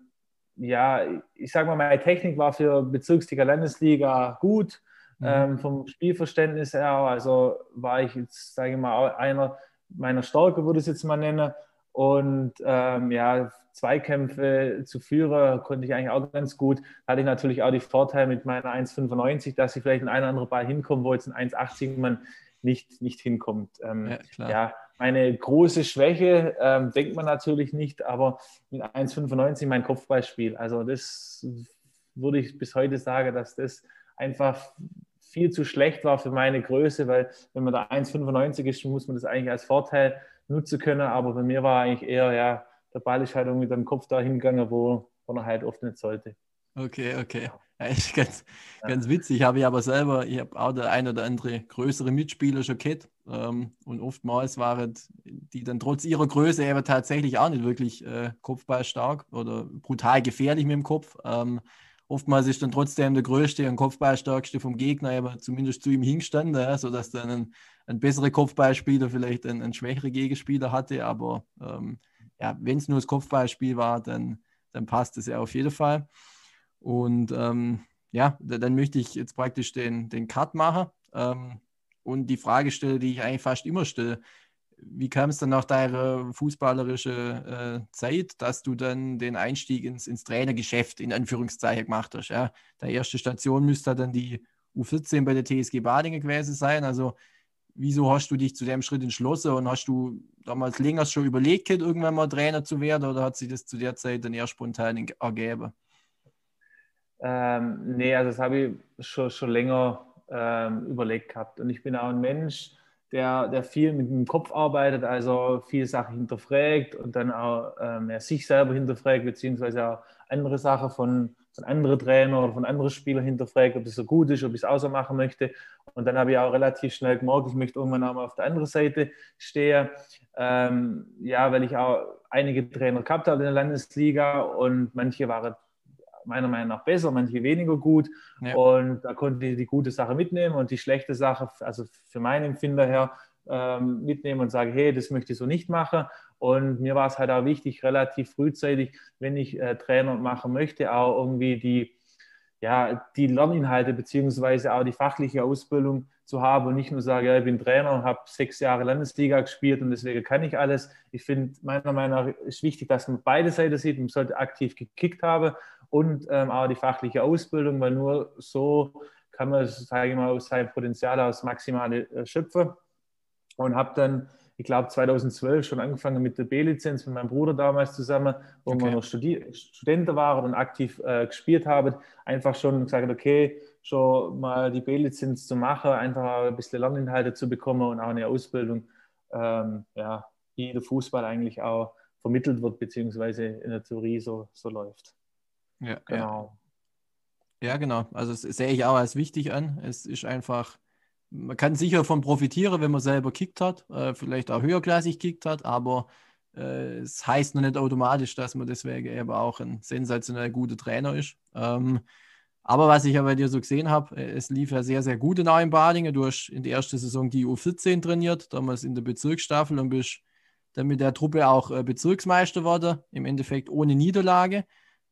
ja, ich sage mal, meine Technik war für Bezirksliga, Landesliga gut. Mhm. Ähm, vom Spielverständnis her, also war ich jetzt, sage ich mal, einer meiner Stärke, würde ich es jetzt mal nennen. Und ähm, ja, Zweikämpfe zu führen, konnte ich eigentlich auch ganz gut. Da hatte ich natürlich auch die Vorteile mit meiner eins Komma fünfundneunzig, dass ich vielleicht in ein oder andere Ball hinkomme, wo jetzt ein eins Komma achtzig man nicht, nicht hinkommt. Ähm, Ja, klar. ja, meine große Schwäche ähm, denkt man natürlich nicht, aber mit eins Komma fünfundneunzig mein Kopfballspiel. Also das würde ich bis heute sagen, dass das einfach viel zu schlecht war für meine Größe, weil wenn man da eins Komma fünfundneunzig ist, muss man das eigentlich als Vorteil nutzen können. Aber bei mir war eigentlich eher, ja, der Ball ist halt irgendwie mit dem Kopf da hingegangen, wo, wo er halt oft nicht sollte. Okay, okay. Ja, ist ganz, Ja. ganz witzig. Habe ich aber selber, ich habe auch der ein oder andere größere Mitspieler schon gehabt. Ähm, und oftmals waren die dann trotz ihrer Größe aber tatsächlich auch nicht wirklich äh, kopfballstark oder brutal gefährlich mit dem Kopf. Ähm, oftmals ist dann trotzdem der Größte und Kopfballstärkste vom Gegner aber zumindest zu ihm hingestanden, ja, sodass dann ein, ein besserer Kopfballspieler vielleicht einen, einen schwächeren Gegenspieler hatte. Aber ähm, ja, wenn es nur das Kopfballspiel war, dann, dann passt es ja auf jeden Fall. Und ähm, ja, da- dann möchte ich jetzt praktisch den, den Cut machen ähm, und die Frage stelle, die ich eigentlich fast immer stelle. Wie kam es dann nach deiner fußballerischen äh, Zeit, dass du dann den Einstieg ins, ins Trainergeschäft in Anführungszeichen gemacht hast? Ja? Deine erste Station müsste dann die U vierzehn bei der T S G Badingen gewesen sein. Also wieso hast du dich zu dem Schritt entschlossen und hast du damals länger schon überlegt, irgendwann mal Trainer zu werden oder hat sich das zu der Zeit dann eher spontan ergeben? Ähm, nee, also das habe ich schon, schon länger ähm, überlegt gehabt. Und ich bin auch ein Mensch, der, der viel mit dem Kopf arbeitet, also viele Sachen hinterfragt und dann auch ähm, ja, sich selber hinterfragt, beziehungsweise auch andere Sachen von, von anderen Trainern oder von anderen Spielern hinterfragt, ob es so gut ist, ob ich es auch so machen möchte. Und dann habe ich auch relativ schnell gemerkt, ich möchte irgendwann auch mal auf der anderen Seite stehen. Ähm, ja, weil ich auch einige Trainer gehabt habe in der Landesliga und manche waren meiner Meinung nach besser, manche weniger gut. Ja. Und da konnte ich die gute Sache mitnehmen und die schlechte Sache, also für meinen Empfinder her, ähm, mitnehmen und sagen, hey, das möchte ich so nicht machen. Und mir war es halt auch wichtig, relativ frühzeitig, wenn ich äh, Trainer machen möchte, auch irgendwie die, ja, die Lerninhalte beziehungsweise auch die fachliche Ausbildung zu haben und nicht nur sagen, ja, ich bin Trainer, habe sechs Jahre Landesliga gespielt und deswegen kann ich alles. Ich finde, meiner Meinung nach ist wichtig, dass man beide Seiten sieht. Man sollte aktiv gekickt haben und ähm, auch die fachliche Ausbildung, weil nur so kann man, sage ich mal, aus seinem Potenzial aus Maximale äh, schöpfen. Und habe dann, ich glaube, zweitausendzwölf schon angefangen mit der B-Lizenz mit meinem Bruder damals zusammen, wo wir Okay. noch Studi Studenten waren und aktiv äh, gespielt haben. Einfach schon gesagt, okay, schon mal die B-Lizenz zu machen, einfach ein bisschen Lerninhalte zu bekommen und auch eine Ausbildung, ähm, ja, wie der Fußball eigentlich auch vermittelt wird, beziehungsweise in der Theorie so, so läuft. Ja, ja. Genau. Ja, genau. Also das sehe ich auch als wichtig an. Es ist einfach, man kann sicher davon profitieren, wenn man selber kickt hat, äh, vielleicht auch höherklassig kickt hat, aber äh, es heißt noch nicht automatisch, dass man deswegen eben auch ein sensationell guter Trainer ist. Ähm, aber was ich ja bei dir so gesehen habe, äh, es lief ja sehr, sehr gut in Badingen. Du hast in der ersten Saison die U vierzehn trainiert, damals in der Bezirksstaffel und bist dann mit der Truppe auch äh, Bezirksmeister geworden, im Endeffekt ohne Niederlage.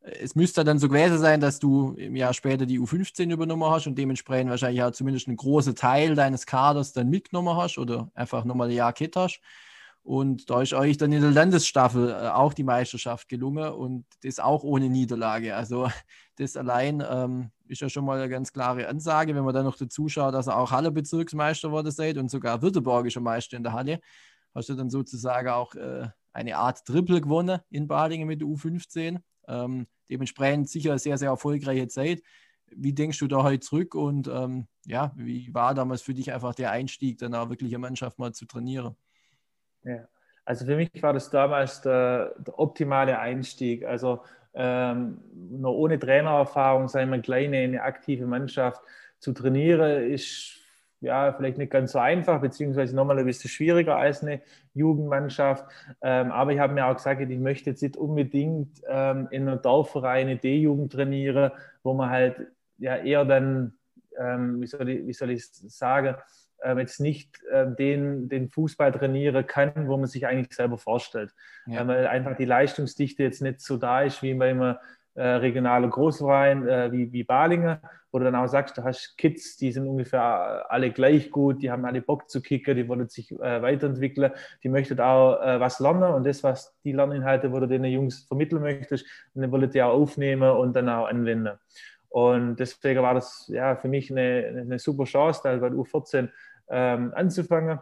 es müsste dann so gewesen sein, dass du im Jahr später die U fünfzehn übernommen hast und dementsprechend wahrscheinlich auch zumindest einen großen Teil deines Kaders dann mitgenommen hast oder einfach nochmal ein Jahr gekriegt hast. Und da ist euch dann in der Landesstaffel äh, auch die Meisterschaft gelungen und das auch ohne Niederlage. Also das allein ähm, ist ja schon mal eine ganz klare Ansage, wenn man dann noch dazu schaut, dass ihr auch Halle-Bezirksmeister geworden seid und sogar Württembergischer Meister in der Halle. Hast du dann sozusagen auch äh, eine Art Triple gewonnen in Balingen mit der U fünfzehn. Ähm, dementsprechend sicher eine sehr, sehr erfolgreiche Zeit. Wie denkst du da heute zurück und ähm, ja, wie war damals für dich einfach der Einstieg, dann auch wirklich eine Mannschaft mal zu trainieren? Ja, also für mich war das damals der, der optimale Einstieg. Also ähm, nur ohne Trainererfahrung, sagen wir, gleich eine, eine aktive Mannschaft zu trainieren, ist ja vielleicht nicht ganz so einfach, beziehungsweise nochmal ein bisschen schwieriger als eine Jugendmannschaft. Ähm, aber ich habe mir auch gesagt, ich möchte jetzt nicht unbedingt ähm, in einem Dorfverein eine D-Jugend trainieren, wo man halt ja eher dann, ähm, wie soll ich, wie soll ich sagen, äh, jetzt nicht äh, den, den Fußball trainieren kann, wo man sich eigentlich selber vorstellt. Ja. Äh, weil einfach die Leistungsdichte jetzt nicht so da ist, wie bei einem äh, regionalen Großverein äh, wie, wie Balingen, wo du dann auch sagst, du hast Kids, die sind ungefähr alle gleich gut, die haben alle Bock zu kicken, die wollen sich äh, weiterentwickeln, die möchten auch äh, was lernen und das, was die Lerninhalte, wo du den Jungs vermitteln möchtest, dann wollen die auch aufnehmen und dann auch anwenden. Und deswegen war das ja für mich eine, eine super Chance, da bei U vierzehn ähm, anzufangen.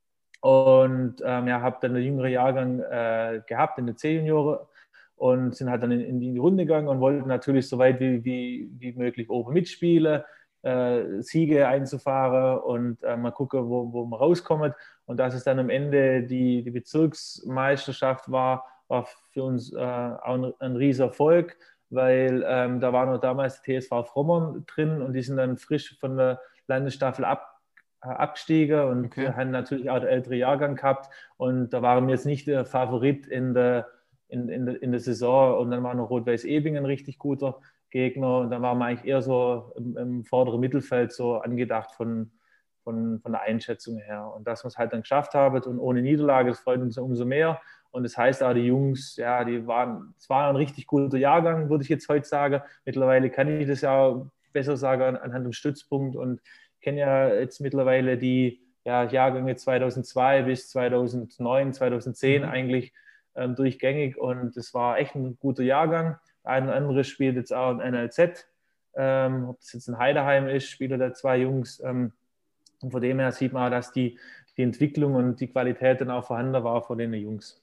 Und ähm, ja, habe dann einen jüngeren Jahrgang äh, gehabt in der C-Junioren und sind halt dann in, in die Runde gegangen und wollten natürlich so weit wie, wie, wie möglich oben mitspielen, äh, Siege einzufahren und äh, mal gucken, wo, wo man rauskommt. Und dass es dann am Ende die, die Bezirksmeisterschaft war, war für uns äh, auch ein, ein riesiger Erfolg, weil ähm, da war noch damals T S V Frommern drin und die sind dann frisch von der Landesstaffel ab, äh, abgestiegen und Okay. haben natürlich auch den älteren Jahrgang gehabt und da waren wir jetzt nicht der Favorit in der, in, in, der, in der Saison und dann war noch Rot-Weiß Ebingen ein richtig guter Gegner und dann waren wir eigentlich eher so im, im vorderen Mittelfeld so angedacht von, von, von der Einschätzung her und dass wir es halt dann geschafft haben und ohne Niederlage, das freut uns umso mehr. Und das heißt auch, die Jungs, ja, die waren, es war ein richtig guter Jahrgang, würde ich jetzt heute sagen. Mittlerweile kann ich das ja besser sagen anhand dem Stützpunkt und kenne ja jetzt mittlerweile die ja, Jahrgänge zweitausendzwei bis zweitausendneun, zweitausendzehn mhm. eigentlich ähm, durchgängig und es war echt ein guter Jahrgang. Ein anderes spielt jetzt auch in N L Z, ähm, ob das jetzt in Heideheim ist, spielen da zwei Jungs. Ähm, und von dem her sieht man auch, dass die, die Entwicklung und die Qualität dann auch vorhanden war von den Jungs.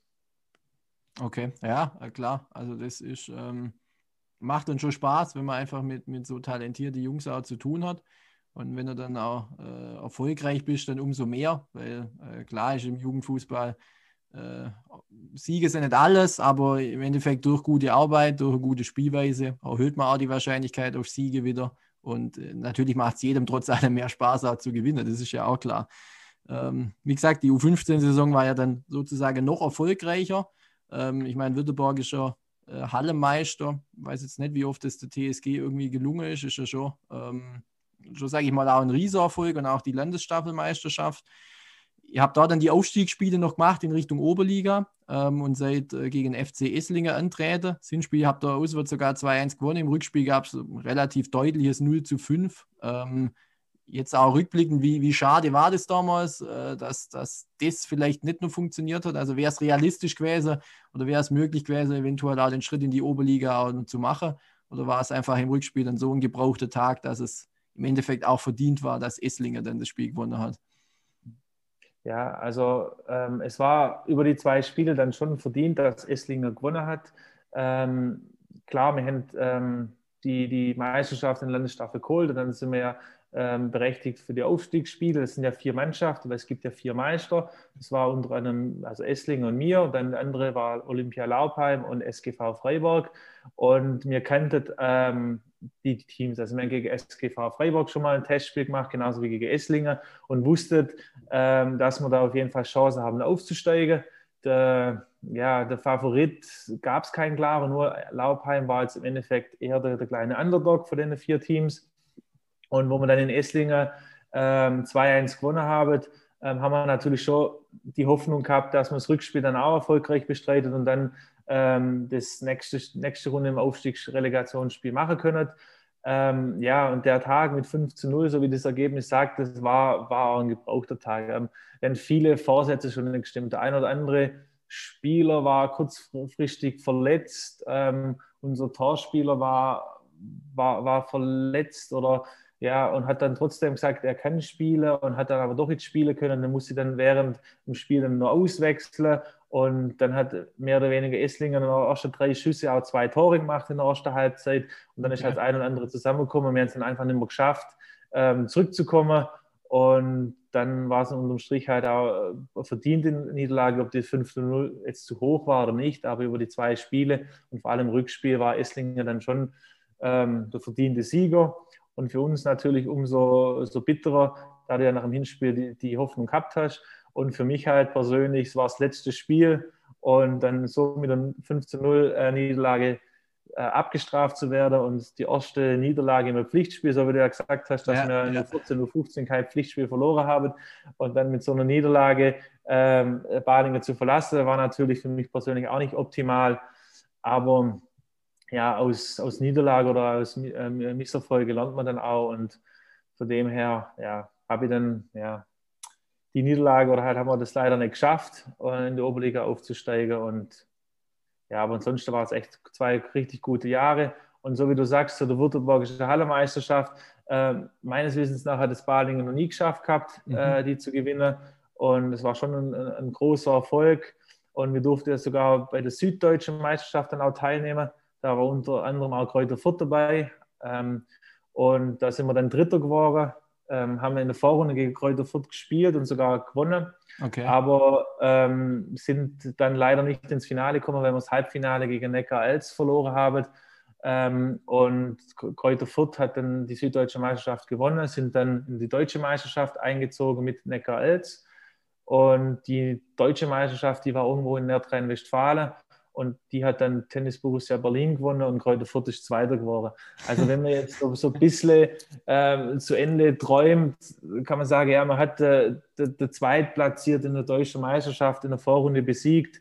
Okay, ja, klar. Also das ist, ähm, macht dann schon Spaß, wenn man einfach mit, mit so talentierten Jungs auch zu tun hat. Und wenn du dann auch äh, erfolgreich bist, dann umso mehr, weil äh, klar ist im Jugendfußball, äh, Siege sind nicht alles, aber im Endeffekt durch gute Arbeit, durch eine gute Spielweise erhöht man auch die Wahrscheinlichkeit auf Siege wieder. Und äh, natürlich macht es jedem trotz allem mehr Spaß auch zu gewinnen, das ist ja auch klar. Ähm, wie gesagt, die U fünfzehn-Saison war ja dann sozusagen noch erfolgreicher. Ähm, ich meine, württembergischer äh, Hallenmeister, weiß jetzt nicht, wie oft das der T S G irgendwie gelungen ist, ist ja schon, ähm, schon sage ich mal, auch ein Riesenerfolg und auch die Landesstaffelmeisterschaft. Ihr habt da dann die Aufstiegsspiele noch gemacht in Richtung Oberliga ähm, und seid äh, gegen F C Esslingen antreten. Das Hinspiel habt ihr auswärts sogar zwei eins gewonnen. Im Rückspiel gab es ein relativ deutliches null zu fünf. Ähm, Jetzt auch rückblickend, wie, wie schade war das damals, äh, dass, dass das vielleicht nicht nur funktioniert hat. Also wäre es realistisch gewesen oder wäre es möglich gewesen, eventuell auch den Schritt in die Oberliga zu machen? Oder war es einfach im Rückspiel dann so ein gebrauchter Tag, dass es im Endeffekt auch verdient war, dass Esslingen dann das Spiel gewonnen hat? Ja, also ähm, es war über die zwei Spiele dann schon verdient, dass Esslingen gewonnen hat. Ähm, klar, wir haben ähm, die, die Meisterschaft in der Landesstaffel geholt und dann sind wir ja ähm, berechtigt für die Aufstiegsspiele. Das sind ja vier Mannschaften, weil es gibt ja vier Meister. Das war unter anderem also Esslingen und mir. Und dann der andere war Olympia Laupheim und S G V Freiburg. Und wir kannten ähm, die Teams. Also wir haben gegen S G V Freiburg schon mal ein Testspiel gemacht, genauso wie gegen Esslingen und wusstet, ähm, dass wir da auf jeden Fall Chancen haben, aufzusteigen. Der, ja, der Favorit gab es keinen klaren, nur Laupheim war jetzt im Endeffekt eher der, der kleine Underdog von den vier Teams. Und wo wir dann in Esslingen ähm, zwei eins gewonnen haben, ähm, haben wir natürlich schon die Hoffnung gehabt, dass man das Rückspiel dann auch erfolgreich bestreitet und dann ähm, das nächste, nächste Runde im Aufstiegsrelegationsspiel machen können. Ähm, ja, und der Tag mit fünf zu null, so wie das Ergebnis sagt, das war, war auch ein gebrauchter Tag. Ähm, denn viele Vorsätze schon nicht gestimmt. Der ein oder andere Spieler war kurzfristig verletzt. Ähm, unser Torspieler war, war, war verletzt oder ja, und hat dann trotzdem gesagt, er kann spielen und hat dann aber doch nicht spielen können. Dann musste dann während dem Spiel dann nur auswechseln. Und dann hat mehr oder weniger Esslingen in der ersten drei Schüsse auch zwei Tore gemacht in der ersten Halbzeit. Und dann ist halt das ein oder andere zusammengekommen. Wir haben es dann einfach nicht mehr geschafft, ähm, zurückzukommen. Und dann war es unterm Strich halt auch eine verdiente Niederlage, ob die fünf zu null jetzt zu hoch war oder nicht. Aber über die zwei Spiele und vor allem im Rückspiel war Esslingen dann schon ähm, der verdiente Sieger. Und für uns natürlich umso so bitterer, da du ja nach dem Hinspiel die, die Hoffnung gehabt hast. Und für mich halt persönlich, es war das letzte Spiel und dann so mit einer fünf zu null äh, Niederlage äh, abgestraft zu werden und die erste Niederlage im Pflichtspiel, so wie du ja gesagt hast, dass Ja, wir in ja. der vierzehn, fünfzehn kein Pflichtspiel verloren haben und dann mit so einer Niederlage ähm, Balingen zu verlassen, war natürlich für mich persönlich auch nicht optimal. Aber ja, aus, aus Niederlage oder aus ähm, Misserfolge lernt man dann auch und von dem her, ja, habe ich dann, ja, die Niederlage oder halt haben wir das leider nicht geschafft, in die Oberliga aufzusteigen. Und ja, aber ansonsten war es echt zwei richtig gute Jahre. Und so wie du sagst, so der Württembergische Hallemeisterschaft, äh, meines Wissens nach hat es Balingen noch nie geschafft gehabt, Mhm. äh, die zu gewinnen. Und es war schon ein, ein großer Erfolg. Und wir durften ja sogar bei der Süddeutschen Meisterschaft dann auch teilnehmen. Da war unter anderem auch Kräuter Fürth dabei. Ähm, und da sind wir dann Dritter geworden, ähm, haben in der Vorrunde gegen Kräuter Fürth gespielt und sogar gewonnen. Okay. Aber ähm, sind dann leider nicht ins Finale gekommen, weil wir das Halbfinale gegen Neckar-Elz verloren haben. Ähm, und Kräuter Fürth hat dann die Süddeutsche Meisterschaft gewonnen, sind dann in die Deutsche Meisterschaft eingezogen mit Neckar-Elz. Und die Deutsche Meisterschaft, die war irgendwo in Nordrhein-Westfalen. Und die hat dann Tennis Borussia Berlin gewonnen und Kräuter Fürth ist Zweiter geworden. Also wenn man jetzt so, so ein bisschen ähm, zu Ende träumt, kann man sagen, ja, man hat äh, der, der Zweitplatzierte in der deutschen Meisterschaft in der Vorrunde besiegt.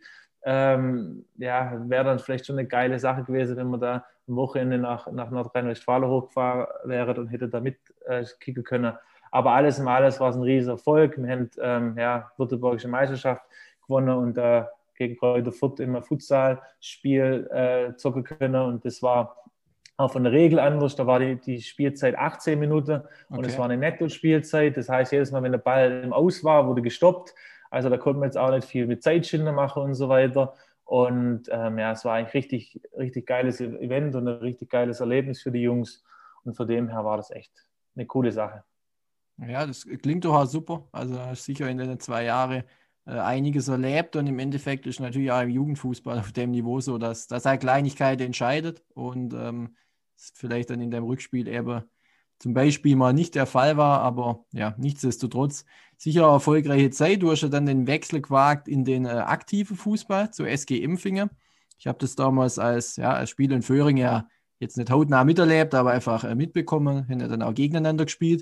Ähm, ja, wäre dann vielleicht schon eine geile Sache gewesen, wenn man da am Wochenende nach, nach Nordrhein-Westfalen hochgefahren wäre und hätte da mitkicken äh, können. Aber alles in alles war es ein riesiger Erfolg. Wir haben ähm, ja, Württembergische Meisterschaft gewonnen und äh, gegen Kräuter Fürth immer Futsalspiel äh, zocken können. Und das war auch von der Regel anders. Da war die, die Spielzeit achtzehn Minuten und es Okay. war eine Netto-Spielzeit. Das heißt, jedes Mal, wenn der Ball im Aus war, wurde gestoppt. Also da konnte man jetzt auch nicht viel mit Zeitschinden machen und so weiter. Und ähm, ja, es war ein richtig, richtig geiles Event und ein richtig geiles Erlebnis für die Jungs. Und von dem her war das echt eine coole Sache. Ja, das klingt doch auch super. Also hast sicher in den zwei Jahren äh, einiges erlebt und im Endeffekt ist natürlich auch im Jugendfußball auf dem Niveau so, dass das halt Kleinigkeit entscheidet und ähm, es vielleicht dann in dem Rückspiel eben zum Beispiel mal nicht der Fall war, aber ja, nichtsdestotrotz sicher eine erfolgreiche Zeit. Du hast ja dann den Wechsel gewagt in den äh, aktiven Fußball zu S G Impfingen. Ich habe das damals als, ja, als Spieler in Föhring ja jetzt nicht hautnah miterlebt, aber einfach äh, mitbekommen, haben ja dann auch gegeneinander gespielt.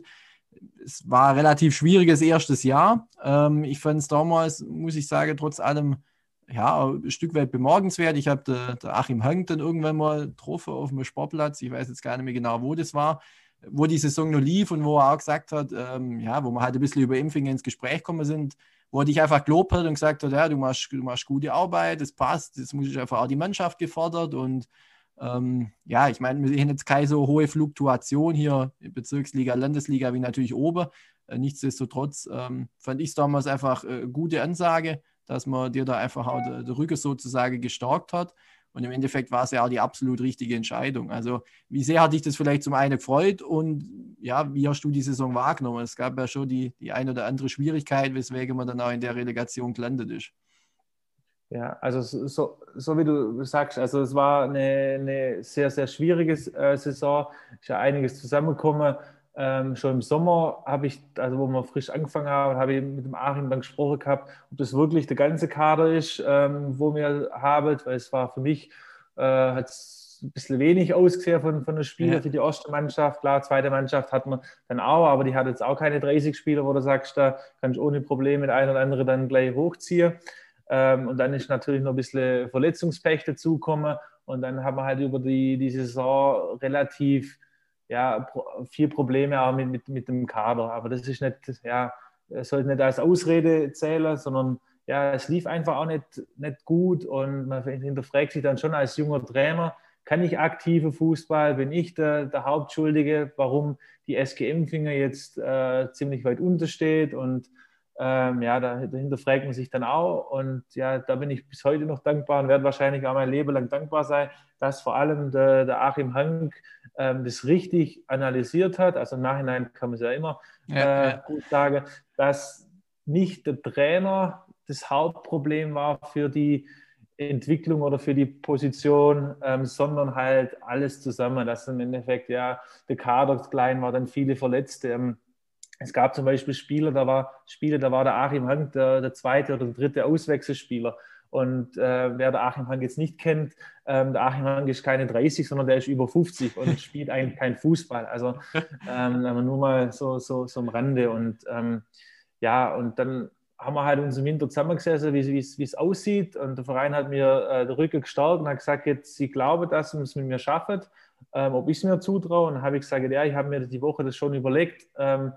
Es war ein relativ schwieriges erstes Jahr. Ähm, ich fand es damals, muss ich sagen, trotz allem ja, ein Stück weit bemerkenswert. Ich habe der, der Achim Hank dann irgendwann mal getroffen auf dem Sportplatz. Ich weiß jetzt gar nicht mehr genau, wo das war, wo die Saison noch lief und wo er auch gesagt hat, ähm, ja, wo wir halt ein bisschen über Impfingen ins Gespräch gekommen sind, wo er dich einfach gelobt hat und gesagt hat, ja, du machst, du machst gute Arbeit, das passt, das muss ich einfach auch die Mannschaft gefordert und ähm, ja, ich meine, wir haben jetzt keine so hohe Fluktuation hier in Bezirksliga, Landesliga wie natürlich oben. Äh, nichtsdestotrotz ähm, fand ich es damals einfach äh, gute Ansage, dass man dir da einfach auch der, der Rücken sozusagen gestärkt hat. Und im Endeffekt war es ja auch die absolut richtige Entscheidung. Also, wie sehr hat dich das vielleicht zum einen gefreut und ja, wie hast du die Saison wahrgenommen? Es gab ja schon die, die eine oder andere Schwierigkeit, weswegen man dann auch in der Relegation gelandet ist. Ja, also so, so wie du sagst, also es war eine, eine sehr, sehr schwierige äh, Saison. Ist ja einiges zusammengekommen. Ähm, schon im Sommer habe ich, also wo wir frisch angefangen haben, habe ich mit dem Achim dann gesprochen gehabt, ob das wirklich der ganze Kader ist, ähm, wo wir haben, weil es war für mich, äh, hat's, ein bisschen wenig ausgesehen von, von den Spielern Ja. für die erste Mannschaft. Klar, zweite Mannschaft hat man dann auch, aber die hat jetzt auch keine dreißig Spieler, wo du sagst, da kannst du ohne Probleme mit ein oder andere dann gleich hochziehen. Ähm, und dann ist natürlich noch ein bisschen Verletzungspech dazugekommen. Und dann haben wir halt über die, die Saison relativ ja, pro, viel Probleme auch mit, mit, mit dem Kader. Aber das ist nicht, ja, das sollte nicht als Ausrede zählen, sondern ja, es lief einfach auch nicht, nicht gut. Und man hinterfragt sich dann schon als junger Trainer, kann ich aktive Fußball? Bin ich der, der Hauptschuldige, warum die S G Empfinger jetzt äh, ziemlich weit untersteht? Und ähm, ja, da, dahinter fragt man sich dann auch. Und ja, da bin ich bis heute noch dankbar und werde wahrscheinlich auch mein Leben lang dankbar sein, dass vor allem der, der Achim Hank ähm, das richtig analysiert hat. Also im Nachhinein kann man es ja immer Ja, äh, ja. gut sagen, dass nicht der Trainer das Hauptproblem war für die Entwicklung oder für die Position, ähm, sondern halt alles zusammen, dass im Endeffekt ja der Kader klein war, dann viele Verletzte. Ähm, es gab zum Beispiel Spieler, da war Spiele, da war der Achim Hank der, der zweite oder der dritte Auswechselspieler. Und äh, wer der Achim Hank jetzt nicht kennt, ähm, der Achim Hank ist keine dreißig, sondern der ist über fünfzig und spielt eigentlich keinen Fußball. Also ähm, nur mal so, so, so am Rande. Und ähm, ja, und dann haben wir halt uns im Winter zusammengesessen, wie es aussieht. Und der Verein hat mir äh, den Rücken gestärkt und hat gesagt, jetzt, sie glauben, dass sie es mit mir schaffen, ähm, ob ich es mir zutraue. Und dann habe ich gesagt, ja, ich habe mir die Woche das schon überlegt. Ähm,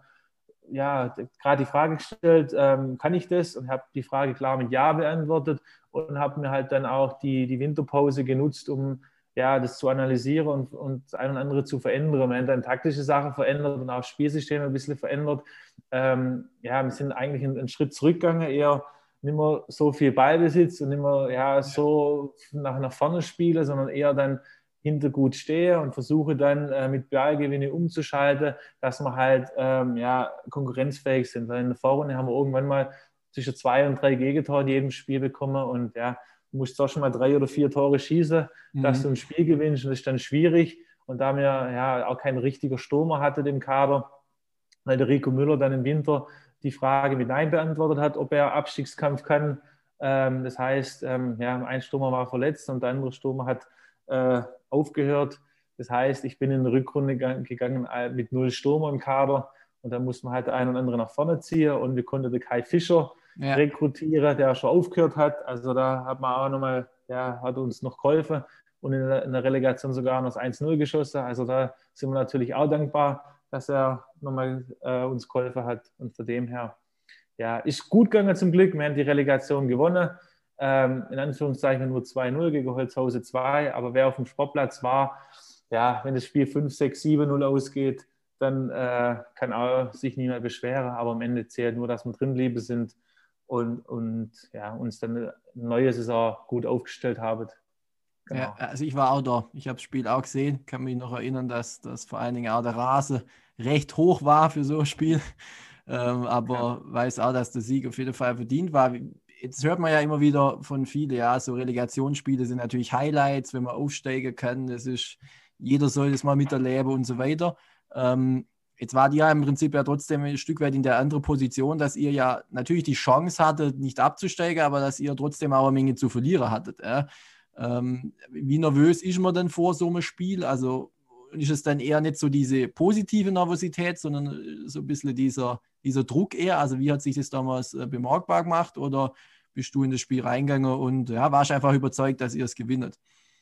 ja, gerade die Frage gestellt, ähm, kann ich das? Und habe die Frage klar mit Ja beantwortet und habe mir halt dann auch die, die Winterpause genutzt, um ja, das zu analysieren und, und das ein und andere zu verändern. Wir haben dann taktische Sachen verändert und auch das Spielsystem ein bisschen verändert. Ähm, ja, wir sind eigentlich einen, einen Schritt zurückgegangen, eher nicht mehr so viel Ballbesitz und nicht mehr ja, so nach, nach vorne spielen, sondern eher dann hinter gut stehe und versuche dann äh, mit Ballgewinne umzuschalten, dass wir halt ähm, ja, konkurrenzfähig sind. Weil in der Vorrunde haben wir irgendwann mal zwischen zwei und drei Gegentore in jedem Spiel bekommen und ja, du musst doch schon mal drei oder vier Tore schießen, dass du Mhm. ein Spiel gewinnst und das ist dann schwierig. Und da wir ja auch kein richtiger Stürmer hatte im Kader, weil der Rico Müller dann im Winter die Frage mit Nein beantwortet hat, ob er Abstiegskampf kann. Ähm, das heißt, ähm, ja, ein Stürmer war verletzt und der andere Stürmer hat äh, aufgehört. Das heißt, ich bin in die Rückrunde gegangen mit null Stürmer im Kader und dann musste man halt der ein oder andere nach vorne ziehen und wir konnten den Kai Fischer Ja, rekrutieren, der schon aufgehört hat. Also da hat man auch nochmal, ja, hat uns noch geholfen und in der, in der Relegation sogar noch das eins null geschossen. Also da sind wir natürlich auch dankbar, dass er nochmal äh, uns geholfen hat. Und von dem her, ja, ist gut gegangen zum Glück. Wir haben die Relegation gewonnen. Ähm, in Anführungszeichen nur zwei null gegen Holzhause zwei. Aber wer auf dem Sportplatz war, ja, wenn das Spiel fünf sechs sieben null ausgeht, dann äh, kann auch sich niemand beschweren. Aber am Ende zählt nur, dass wir drin geblieben sind und, und ja, uns dann eine neue Saison gut aufgestellt haben. ja, Genau. also ich war auch da. Ich habe das Spiel auch gesehen. Kann mich noch erinnern, dass, dass vor allen Dingen auch der Rasen recht hoch war für so ein Spiel. Ähm, Ja. aber weiß auch, dass der Sieg auf jeden Fall verdient war. Jetzt hört man ja immer wieder von vielen, ja, so Relegationsspiele sind natürlich Highlights, wenn man aufsteigen kann. Das ist, jeder soll das mal miterleben und so weiter. Ähm, jetzt war die ja im Prinzip ja trotzdem ein Stück weit in der anderen Position, dass ihr ja natürlich die Chance hattet, nicht abzusteigen, aber dass ihr trotzdem auch eine Menge zu verlieren hattet. Ja. Ähm, wie nervös ist man denn vor so einem Spiel? Also ist es dann eher nicht so diese positive Nervosität, sondern so ein bisschen dieser, dieser Druck eher? Also wie hat sich das damals äh, bemerkbar gemacht oder bist du in das Spiel reingegangen und ja, warst einfach überzeugt, dass ihr es gewinnt?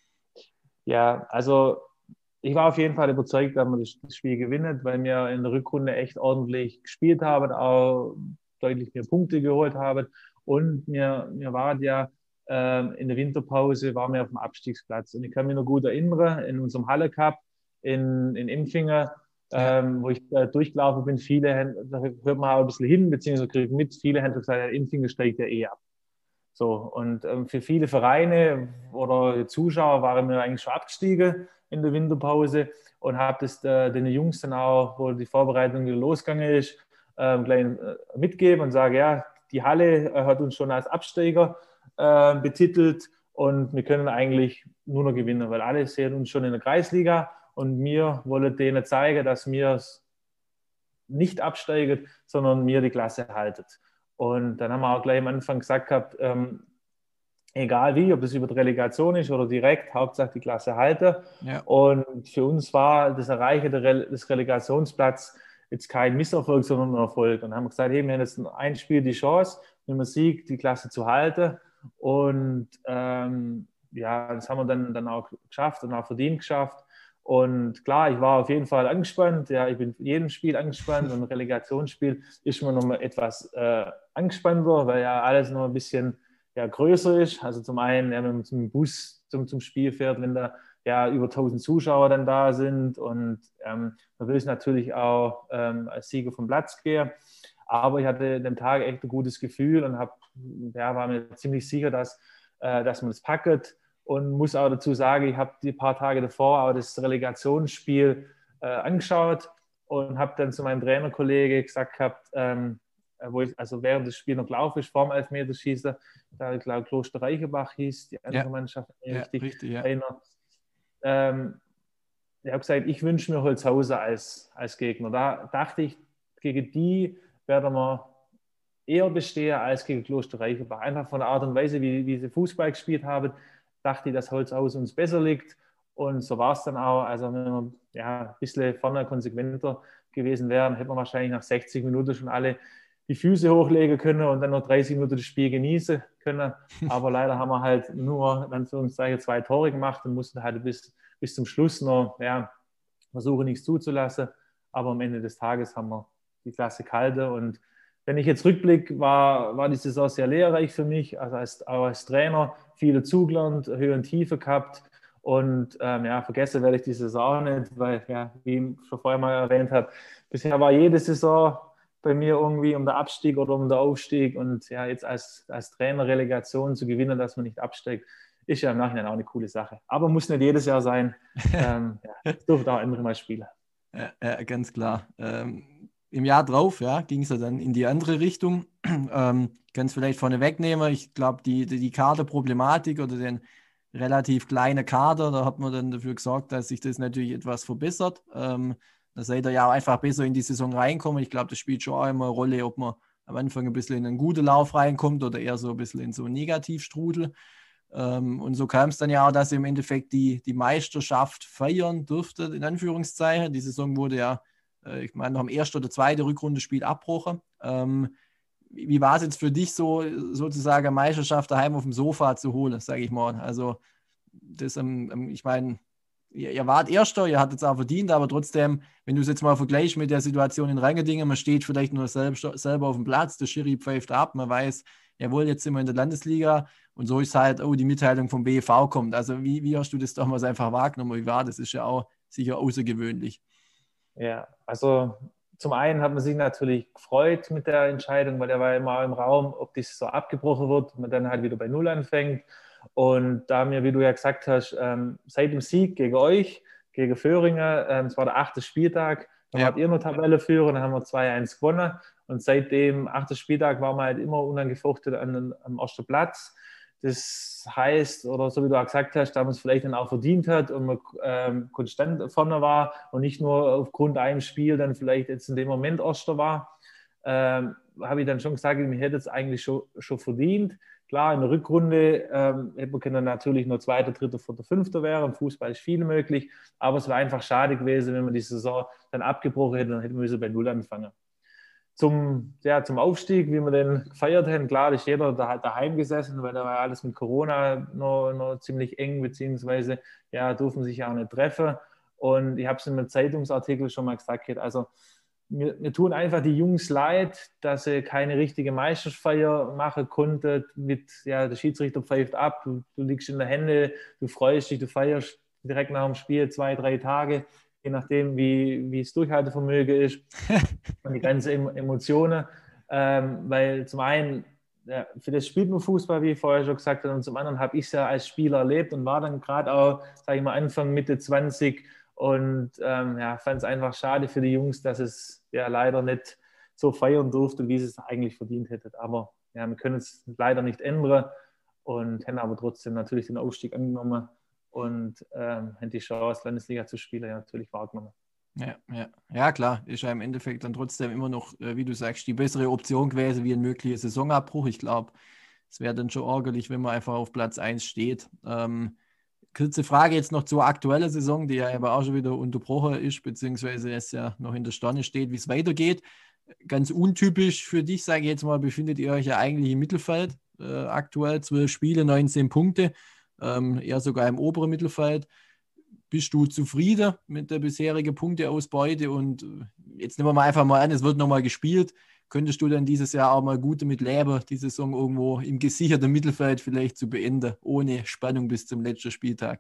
Ja, also ich war auf jeden Fall überzeugt, dass wir das Spiel gewinnen, weil wir in der Rückrunde echt ordentlich gespielt haben, auch deutlich mehr Punkte geholt haben. Und mir, mir war ja ähm, in der Winterpause waren wir auf dem Abstiegsplatz. Und ich kann mich noch gut erinnern, in unserem Halle Cup in, in Impfingen, Ja, ähm, wo ich äh, durchgelaufen bin, viele, da hört man auch ein bisschen hin, beziehungsweise kriegt mit, viele haben gesagt, ja, Impfingen steigt ja eh ab. So, und ähm, für viele Vereine oder Zuschauer waren wir eigentlich schon abgestiegen in der Winterpause und habe das äh, den Jungs dann auch, wo die Vorbereitung wieder losgegangen ist, ähm, gleich äh, mitgeben und sage, ja, die Halle äh, hat uns schon als Absteiger äh, betitelt und wir können eigentlich nur noch gewinnen, weil alle sehen uns schon in der Kreisliga und wir wollen denen zeigen, dass wir nicht absteigen, sondern wir die Klasse halten. Und dann haben wir auch gleich am Anfang gesagt gehabt, ähm, egal wie, ob das über die Relegation ist oder direkt, Hauptsache die Klasse halte. Ja. Und für uns war das Erreichen des Relegationsplatz jetzt kein Misserfolg, sondern ein Erfolg. Und dann haben wir gesagt, hey, wir haben jetzt ein Spiel die Chance, wenn man siegt, die Klasse zu halten. Und ähm, ja, das haben wir dann, dann auch geschafft und auch verdient geschafft. Und klar, ich war auf jeden Fall angespannt. Ja, ich bin für jedem Spiel angespannt. Und im Relegationsspiel ist man noch mal etwas äh, angespannter, weil ja alles noch ein bisschen ja, größer ist. Also zum einen, ja, wenn man zum Bus zum, zum Spiel fährt, wenn da ja über tausend Zuschauer dann da sind. Und ähm, man will es natürlich auch ähm, als Sieger vom Platz gehen. Aber ich hatte den Tag echt ein gutes Gefühl und hab, ja, war mir ziemlich sicher, dass, äh, dass man das packt. Und muss auch dazu sagen, ich habe die paar Tage davor auch das Relegationsspiel äh, angeschaut und habe dann zu meinem Trainerkollege gesagt gehabt, ähm, wo ich, also während das Spiel noch gelaufen ist, vor dem Elfmeterschießen, da ich glaube Kloster Reichenbach hieß, die andere Ja, Mannschaft, ja, richtig, richtig, ja. einer. Ähm, ich habe gesagt, ich wünsche mir Holzhausen als, als Gegner. Da dachte ich, gegen die werden wir eher bestehen als gegen Kloster Reichenbach. Einfach von der Art und Weise, wie, wie sie Fußball gespielt haben, dachte ich, dass Holzhausen uns besser liegt. Und so war es dann auch. Also wenn wir ja, ein bisschen vorne konsequenter gewesen wären, hätten wir wahrscheinlich nach sechzig Minuten schon alle die Füße hochlegen können und dann noch dreißig Minuten das Spiel genießen können. Aber leider haben wir halt nur, dann für uns zwei Tore gemacht und mussten halt bis, bis zum Schluss noch ja, versuchen, nichts zuzulassen. Aber am Ende des Tages haben wir die Klasse gehalten. Und wenn ich jetzt rückblicke, war, war die Saison sehr lehrreich für mich. Also als, auch als Trainer viele zugelernt, Höhe und Tiefe gehabt. Und ähm, ja, vergessen werde ich die Saison nicht, weil, ja, wie ich schon vorher mal erwähnt habe, bisher war jede Saison bei mir irgendwie um den Abstieg oder um den Aufstieg. Und ja, jetzt als, als Trainer Relegation zu gewinnen, dass man nicht absteigt, ist ja im Nachhinein auch eine coole Sache. Aber muss nicht jedes Jahr sein. Ähm, ja, es durfte auch andere mal spielen. Ja, ja, ganz klar. Ähm, im Jahr drauf, ja, ging es ja dann in die andere Richtung. Ähm, kann es vielleicht vorne wegnehmen. Ich glaube, die, die, die Kaderproblematik oder den relativ kleinen Kader, da hat man dann dafür gesorgt, dass sich das natürlich etwas verbessert. Ähm, da seid ihr ja auch einfach besser in die Saison reinkommen. Ich glaube, das spielt schon auch immer eine Rolle, ob man am Anfang ein bisschen in einen guten Lauf reinkommt oder eher so ein bisschen in so einen Negativstrudel. Ähm, und so kam es dann ja auch, dass ihr im Endeffekt die, die Meisterschaft feiern durfte, in Anführungszeichen. Die Saison wurde ja, äh, ich meine, noch am ersten oder zweiten Rückrundenspiel abbrochen. Ähm, wie wie war es jetzt für dich so, sozusagen Meisterschaft daheim auf dem Sofa zu holen, sage ich mal? Also, das, ähm, ähm, ich meine, ihr, ihr wart Erster, ihr hattet es auch verdient, aber trotzdem, wenn du es jetzt mal vergleichst mit der Situation in Reingedingen, man steht vielleicht nur selbst, selber auf dem Platz, der Schiri pfeift ab, man weiß, jawohl, jetzt sind wir in der Landesliga und so ist halt, oh, die Mitteilung vom B E V kommt. Also wie, wie hast du das damals einfach wahrgenommen? Wie war das? Ist ja auch sicher außergewöhnlich. Ja, also zum einen hat man sich natürlich gefreut mit der Entscheidung, weil der war immer im Raum, ob das so abgebrochen wird und man dann halt wieder bei Null anfängt. Und da mir, wie du ja gesagt hast, ähm, seit dem Sieg gegen euch, gegen Föhringen, ähm, es war der achte Spieltag, da Ja, wart ihr noch Tabellenführer, dann haben wir zwei eins gewonnen. Und seit dem achten Spieltag waren wir halt immer unangefochten an, am ersten Platz. Das heißt, oder so wie du auch gesagt hast, dass man es vielleicht dann auch verdient hat und man ähm, konstant vorne war und nicht nur aufgrund einem Spiel dann vielleicht jetzt in dem Moment Erster war, ähm, habe ich dann schon gesagt, ich hätte es eigentlich schon, schon verdient. Klar, in der Rückrunde ähm, hätte man können natürlich nur Zweiter, Dritter, Vierter, Fünfter wären. Im Fußball ist viel möglich, aber es wäre einfach schade gewesen, wenn man die Saison dann abgebrochen hätte, dann hätte man bei Null anfangen. Zum, ja, zum Aufstieg, wie wir den gefeiert haben, klar, da ist jeder da, daheim gesessen, weil da war alles mit Corona noch, noch ziemlich eng, beziehungsweise ja, durften sich ja auch nicht treffen. Und ich habe es in einem Zeitungsartikel schon mal gesagt, also mir, mir tun einfach die Jungs leid, dass sie keine richtige Meisterfeier machen konnten. Mit, ja, der Schiedsrichter pfeift ab, du, du liegst in der Hände, du freust dich, du feierst direkt nach dem Spiel zwei, drei Tage, je nachdem, wie, wie das Durchhaltevermögen ist und die ganzen Emotionen. Ähm, weil zum einen, ja, für das spielt man Fußball, wie ich vorher schon gesagt habe, und zum anderen habe ich es ja als Spieler erlebt und war dann gerade auch, sage ich mal, Anfang, Mitte zwanzig und ähm, ja, fand es einfach schade für die Jungs, dass es ja leider nicht so feiern durfte, wie sie es eigentlich verdient hätten. Aber ja, wir können es leider nicht ändern und haben aber trotzdem natürlich den Aufstieg angenommen und ähm, haben die Chance, Landesliga zu spielen, ja, natürlich wahrgenommen. ja, ja. Ja, klar, ist ja im Endeffekt dann trotzdem immer noch, äh, wie du sagst, die bessere Option gewesen wie ein möglicher Saisonabbruch. Ich glaube, Es wäre dann schon ärgerlich, wenn man einfach auf Platz eins steht. Ähm, kurze Frage jetzt noch zur aktuellen Saison, die ja aber auch schon wieder unterbrochen ist, beziehungsweise es ja noch in der Sterne steht, wie es weitergeht. Ganz untypisch für dich, sage ich jetzt mal, befindet ihr euch ja eigentlich im Mittelfeld. Äh, aktuell zwölf Spiele, neunzehn Punkte, ähm, eher sogar im oberen Mittelfeld. Bist du zufrieden mit der bisherigen Punkteausbeute? Und äh, jetzt nehmen wir mal einfach mal an, es wird nochmal gespielt. Könntest du dann dieses Jahr auch mal gut damit leben, die Saison irgendwo im gesicherten Mittelfeld vielleicht zu beenden, ohne Spannung bis zum letzten Spieltag?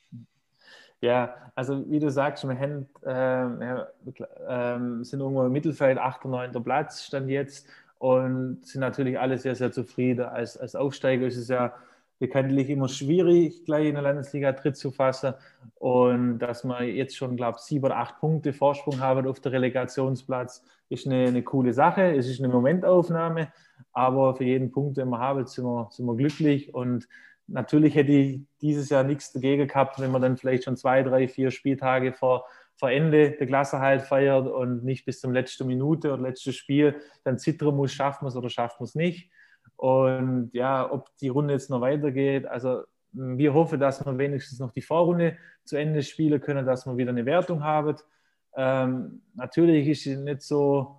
Ja, also wie du sagst, wir haben, ähm, ja, ähm, sind irgendwo im Mittelfeld, achter, neunter Platz stand jetzt und sind natürlich alle sehr, sehr zufrieden. Als, als Aufsteiger ist es ja bekanntlich immer schwierig, gleich in der Landesliga Tritt zu fassen. Und dass man jetzt schon, glaube ich, sieben oder acht Punkte Vorsprung haben auf der Relegationsplatz, ist eine, eine coole Sache. Es ist eine Momentaufnahme, aber für jeden Punkt, den wir haben, sind wir, sind wir glücklich. Und natürlich hätte ich dieses Jahr nichts dagegen gehabt, wenn man dann vielleicht schon zwei, drei, vier Spieltage vor, vor Ende der Klassenerhalt feiert und nicht bis zum letzten Minute oder letztes Spiel dann zittern muss, schaffen wir es oder schaffen wir es nicht. Und ja, ob die Runde jetzt noch weitergeht, also wir hoffen, dass wir wenigstens noch die Vorrunde zu Ende spielen können, dass wir wieder eine Wertung haben. Ähm, natürlich ist es nicht so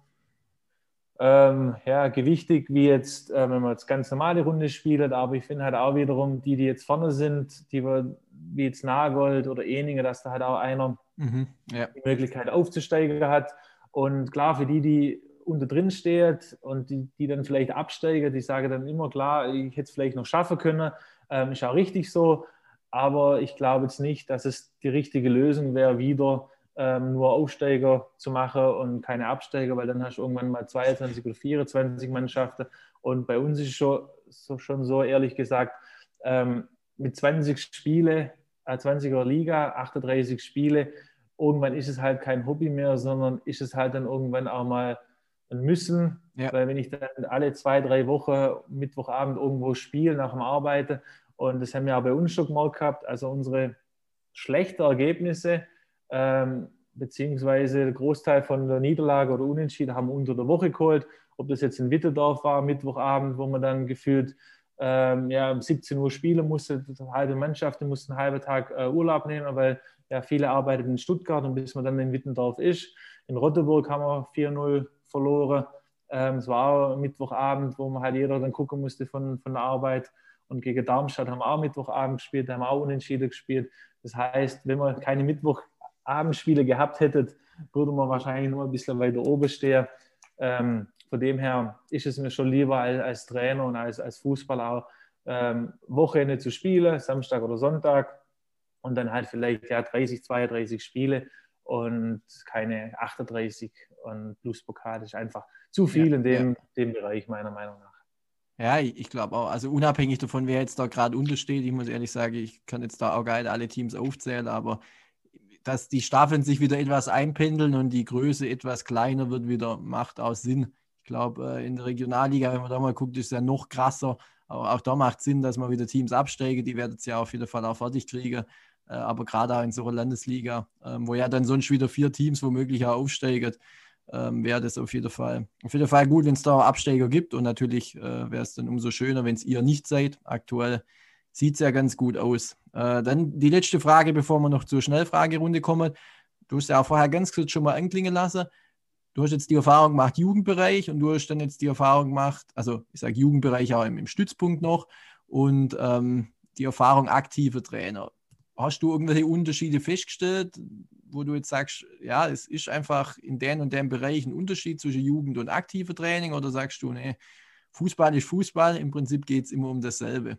ähm, ja, gewichtig wie jetzt, äh, wenn man jetzt ganz normale Runde spielt, aber ich finde halt auch wiederum, die, die jetzt vorne sind, die wir, wie jetzt Nagold oder Eninger, dass da halt auch einer Mhm, ja. die Möglichkeit aufzusteigen hat. Und klar, für die, die unter drin steht und die, die dann vielleicht absteigen, die sagen dann immer, klar, ich hätte es vielleicht noch schaffen können, ähm, ist auch richtig so, aber ich glaube jetzt nicht, dass es die richtige Lösung wäre, wieder ähm, nur Aufsteiger zu machen und keine Absteiger, weil dann hast du irgendwann mal zweiundzwanzig oder vierundzwanzig Mannschaften und bei uns ist es schon so, schon so ehrlich gesagt, ähm, mit zwanzig Spiele, äh, zwanziger Liga, achtunddreißig Spiele, irgendwann ist es halt kein Hobby mehr, sondern ist es halt dann irgendwann auch mal ein Müssen, Ja. weil wenn ich dann alle zwei, drei Wochen Mittwochabend irgendwo spiele nach dem Arbeiten und das haben wir auch bei uns schon mal gehabt, also unsere schlechten Ergebnisse ähm, beziehungsweise der Großteil von der Niederlage oder Unentschieden haben wir unter der Woche geholt, ob das jetzt in Witterdorf war, Mittwochabend, wo man dann gefühlt ähm, ja, um siebzehn Uhr spielen musste, die halbe Mannschaft musste einen halben Tag äh, Urlaub nehmen, weil ja, viele arbeiten in Stuttgart und bis man dann in Wittendorf ist. In Rotteburg haben wir vier null verloren. Ähm, es war auch Mittwochabend, wo man halt jeder dann gucken musste von, von der Arbeit. Und gegen Darmstadt haben wir auch Mittwochabend gespielt, da haben wir auch unentschieden gespielt. Das heißt, wenn wir keine Mittwochabendspiele gehabt hätten, würde man wahrscheinlich nur ein bisschen weiter oben stehen. Ähm, von dem her ist es mir schon lieber als, als Trainer und als, als Fußballer auch, ähm, Wochenende zu spielen, Samstag oder Sonntag und dann halt vielleicht ja, dreißig, zweiunddreißig Spiele und keine achtunddreißig und plus Pokal ist einfach zu Ja, viel in ja. dem, dem Bereich meiner Meinung nach. Ja, ich, ich glaube auch, also unabhängig davon, wer jetzt da gerade untersteht, ich muss ehrlich sagen, ich kann jetzt da auch gar nicht alle Teams aufzählen, aber dass die Staffeln sich wieder etwas einpendeln und die Größe etwas kleiner wird wieder, macht auch Sinn. Ich glaube, äh, in der Regionalliga, wenn man da mal guckt, ist es ja noch krasser. Aber auch da macht Sinn, dass man wieder Teams absteigen. Die werden es ja auf jeden Fall auch fertig kriegen. Äh, aber gerade auch in so einer Landesliga, ähm, wo ja dann sonst wieder vier Teams womöglich auch aufsteigen, ähm, wäre das auf jeden Fall, auf jeden Fall gut, wenn es da Absteiger gibt. Und natürlich äh, wäre es dann umso schöner, wenn es ihr nicht seid. Aktuell sieht es ja ganz gut aus. Äh, dann die letzte Frage, bevor wir noch zur Schnellfragerunde kommen. Du hast ja auch vorher ganz kurz schon mal anklingen lassen. Du hast jetzt die Erfahrung gemacht, Jugendbereich, und du hast dann jetzt die Erfahrung gemacht, also ich sage Jugendbereich auch im, im Stützpunkt noch, und ähm, die Erfahrung aktive Trainer. Hast du irgendwelche Unterschiede festgestellt, wo du jetzt sagst, ja, es ist einfach in den und dem Bereich ein Unterschied zwischen Jugend- und aktive Training, oder sagst du, nee, Fußball ist Fußball, im Prinzip geht es immer um dasselbe?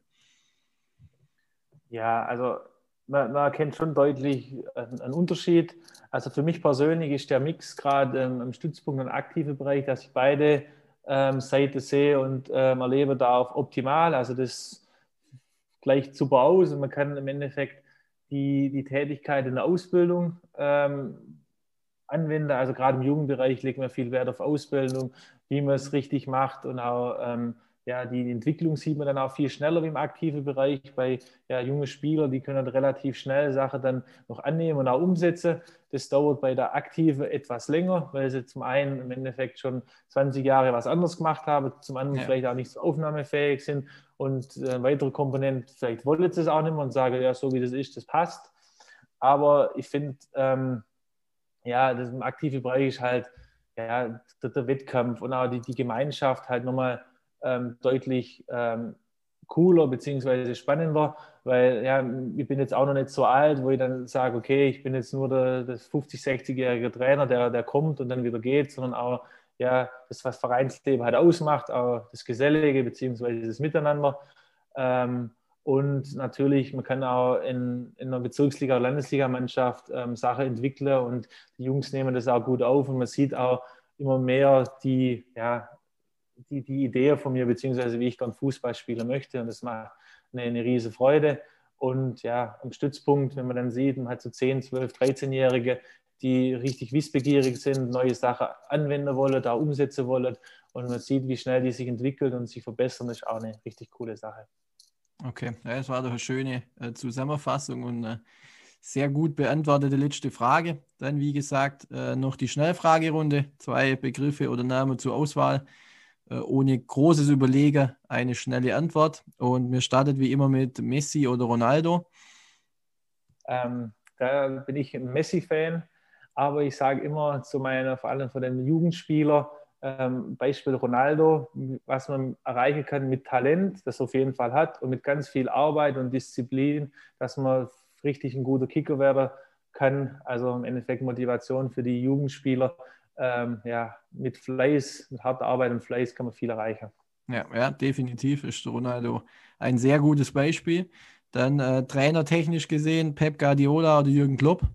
Ja, also man, man erkennt schon deutlich einen, einen Unterschied. Also für mich persönlich ist der Mix gerade ähm, im Stützpunkt und aktive Bereich, dass ich beide ähm, Seiten sehe und ähm, erlebe darf, optimal. Also das gleicht super aus und man kann im Endeffekt die, die Tätigkeit in der Ausbildung ähm, anwende. Also gerade im Jugendbereich legen wir viel Wert auf Ausbildung, wie man es richtig macht und auch ähm, ja, die Entwicklung sieht man dann auch viel schneller wie im aktiven Bereich. Bei ja, jungen Spielern, die können relativ schnell Sachen dann noch annehmen und auch umsetzen. Das dauert bei der Aktive etwas länger, weil sie zum einen im Endeffekt schon zwanzig Jahre was anderes gemacht haben, zum anderen Ja. vielleicht auch nicht so aufnahmefähig sind und äh, weitere Komponenten, vielleicht wollen sie es auch nicht mehr und sagen, ja, so wie das ist, das passt. Aber ich finde, ähm, ja, das im aktiven Bereich ist halt ja, der, der Wettkampf und auch die, die Gemeinschaft halt nochmal ähm, deutlich ähm, cooler beziehungsweise spannender, weil ja, ich bin jetzt auch noch nicht so alt, wo ich dann sage, okay, ich bin jetzt nur der, der fünfzig-, sechzigjährige Trainer, der, der kommt und dann wieder geht, sondern auch ja, das, was Vereinsleben halt ausmacht, auch das Gesellige beziehungsweise das Miteinander. Ähm, und natürlich, man kann auch in, in einer Bezirksliga- oder Landesligamannschaft ähm, Sachen entwickeln und die Jungs nehmen das auch gut auf und man sieht auch immer mehr die, ja, die, die Idee von mir, beziehungsweise wie ich gern Fußball spielen möchte und das macht eine, eine riese Freude. Und ja, am Stützpunkt, wenn man dann sieht, man hat so zehn, zwölf, dreizehn-Jährige, die richtig wissbegierig sind, neue Sachen anwenden wollen, da umsetzen wollen und man sieht, wie schnell die sich entwickeln und sich verbessern, das ist auch eine richtig coole Sache. Okay, ja, das war doch eine schöne äh, Zusammenfassung und äh, sehr gut beantwortete letzte Frage. Dann, wie gesagt, äh, noch die Schnellfragerunde. Zwei Begriffe oder Namen zur Auswahl. Äh, ohne großes Überlegen eine schnelle Antwort. Und wir starten wie immer mit Messi oder Ronaldo. Ähm, da bin ich ein Messi-Fan, aber ich sage immer zu meiner, vor allem von den Jugendspielern, ähm, Beispiel Ronaldo, was man erreichen kann mit Talent, das auf jeden Fall hat und mit ganz viel Arbeit und Disziplin, dass man richtig ein guter Kicker werden kann. Also im Endeffekt Motivation für die Jugendspieler. Ähm, ja, mit Fleiß, mit harter Arbeit und Fleiß kann man viel erreichen. Ja, ja, definitiv ist Ronaldo ein sehr gutes Beispiel. Dann äh, trainertechnisch gesehen Pep Guardiola oder Jürgen Klopp.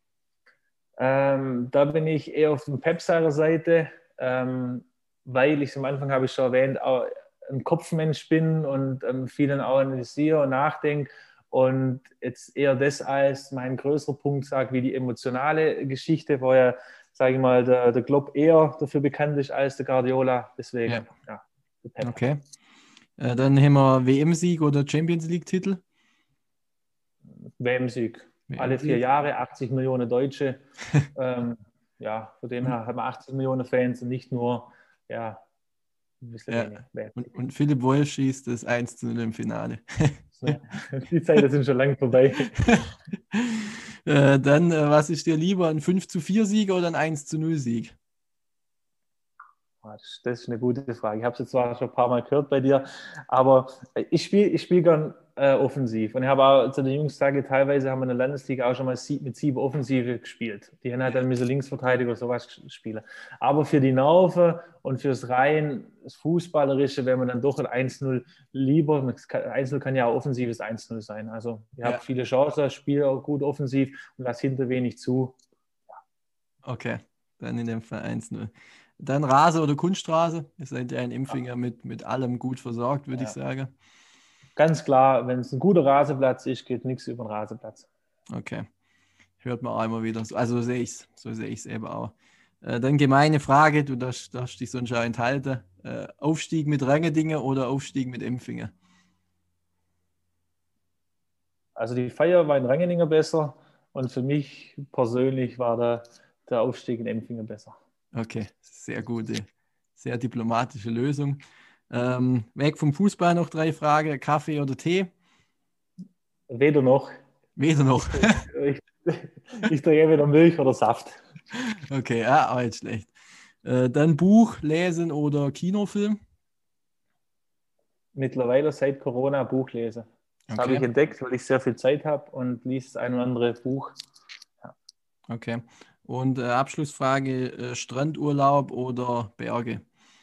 Ähm, da bin ich eher auf der Pep-Seite, Seite, ähm, weil ich am Anfang habe ich schon erwähnt, auch ein Kopfmensch bin und ähm, vielen auch analysiere und nachdenke und jetzt eher das als mein größerer Punkt sage, wie die emotionale Geschichte, wo ja, sage ich mal, der, der Klopp eher dafür bekannt ist als der Guardiola. Ja, Deswegen, ja, der Pep. okay. Äh, dann haben wir W M-Sieg oder Champions League-Titel. W M-Sieg. Alle vier W M-Sieg. Jahre, achtzig Millionen Deutsche. ähm, ja, von dem her haben wir achtzig Millionen Fans und nicht nur, ja, ein bisschen Ja. wenig. Und, und Philipp Wohl schießt das eins zu null im Finale. Die Zeiten sind schon lange vorbei. äh, dann, äh, was ist dir lieber, ein fünf zu vier Sieg oder ein eins zu null Sieg? Das ist eine gute Frage. Ich habe es jetzt zwar schon ein paar Mal gehört bei dir, aber ich spiele ich spiel gern äh, offensiv. Und ich habe auch zu den Jungs gesagt, teilweise haben wir in der Landesliga auch schon mal sie mit sieben Offensive gespielt. Die haben halt dann mit so Linksverteidiger oder sowas spielen. Aber für die Nerven und fürs rein das Fußballerische wäre man dann doch ein eins null lieber. eins null kann ja auch offensives eins null sein. Also ich habe Ja. viele Chancen, spiele auch gut offensiv und lasse hinter wenig zu. Okay, dann in dem Fall eins null. Dann Rase oder Kunststraße. Ihr seid ja in Empfinger mit, mit allem gut versorgt, würde Ja. ich sagen. Ganz klar, wenn es ein guter Rasenplatz ist, geht nichts über den Rasenplatz. Okay. Hört man auch immer wieder so. Also so sehe ich es. So sehe ich es eben auch. Äh, dann gemeine Frage, du darfst, darfst dich sonst auch enthalten. Äh, Aufstieg mit Rangedinge oder Aufstieg mit Empfinger? Also die Feier war in Rangeninger besser und für mich persönlich war der, der Aufstieg in Empfingen besser. Okay, sehr gute, sehr diplomatische Lösung. Ähm, weg vom Fußball noch drei Fragen. Kaffee oder Tee? Weder noch. Weder noch. Ich, ich trinke entweder Milch oder Saft. Okay, ja, auch nicht schlecht. Äh, dann Buch, Lesen oder Kinofilm? Mittlerweile seit Corona Buch lesen. Das habe Okay, ich entdeckt, weil ich sehr viel Zeit habe und lese das ein oder andere Buch. Ja. okay. Und äh, Abschlussfrage, äh, Strandurlaub oder Berge?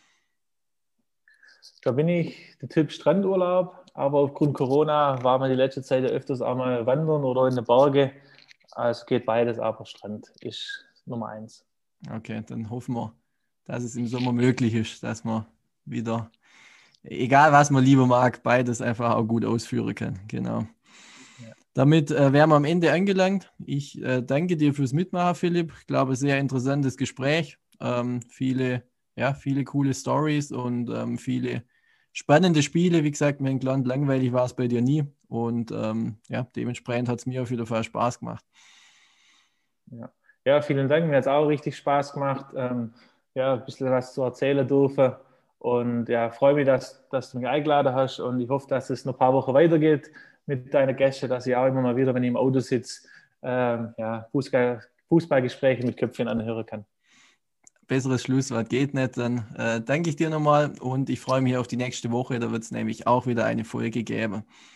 Da bin ich der Typ Strandurlaub, aber aufgrund Corona war man die letzte Zeit ja öfters auch mal wandern oder in den Berge. Also geht beides, aber Strand ist Nummer eins. Okay, dann hoffen wir, dass es im Sommer möglich ist, dass man wieder, egal was man lieber mag, beides einfach auch gut ausführen kann. Genau. Ja. Damit äh, wären wir am Ende angelangt. Ich äh, danke dir fürs Mitmachen, Philipp. Ich glaube, sehr interessantes Gespräch. Ähm, viele, ja, viele coole Stories und ähm, viele spannende Spiele. Wie gesagt, mein Land langweilig war es bei dir nie. Und ähm, ja, dementsprechend hat es mir auf jeden Fall Spaß gemacht. Ja. Ja, vielen Dank. Mir hat es auch richtig Spaß gemacht, ähm, ja, ein bisschen was zu erzählen dürfen. Und ja, freue mich, dass, dass du mich eingeladen hast. Und ich hoffe, dass es noch ein paar Wochen weitergeht mit deinen Gästen, dass ich auch immer mal wieder, wenn ich im Auto sitze, ähm, ja, Fußball, Fußballgespräche mit Köpfchen anhören kann. Besseres Schlusswort geht nicht. Dann äh, danke ich dir nochmal und ich freue mich auf die nächste Woche. Da wird es nämlich auch wieder eine Folge geben.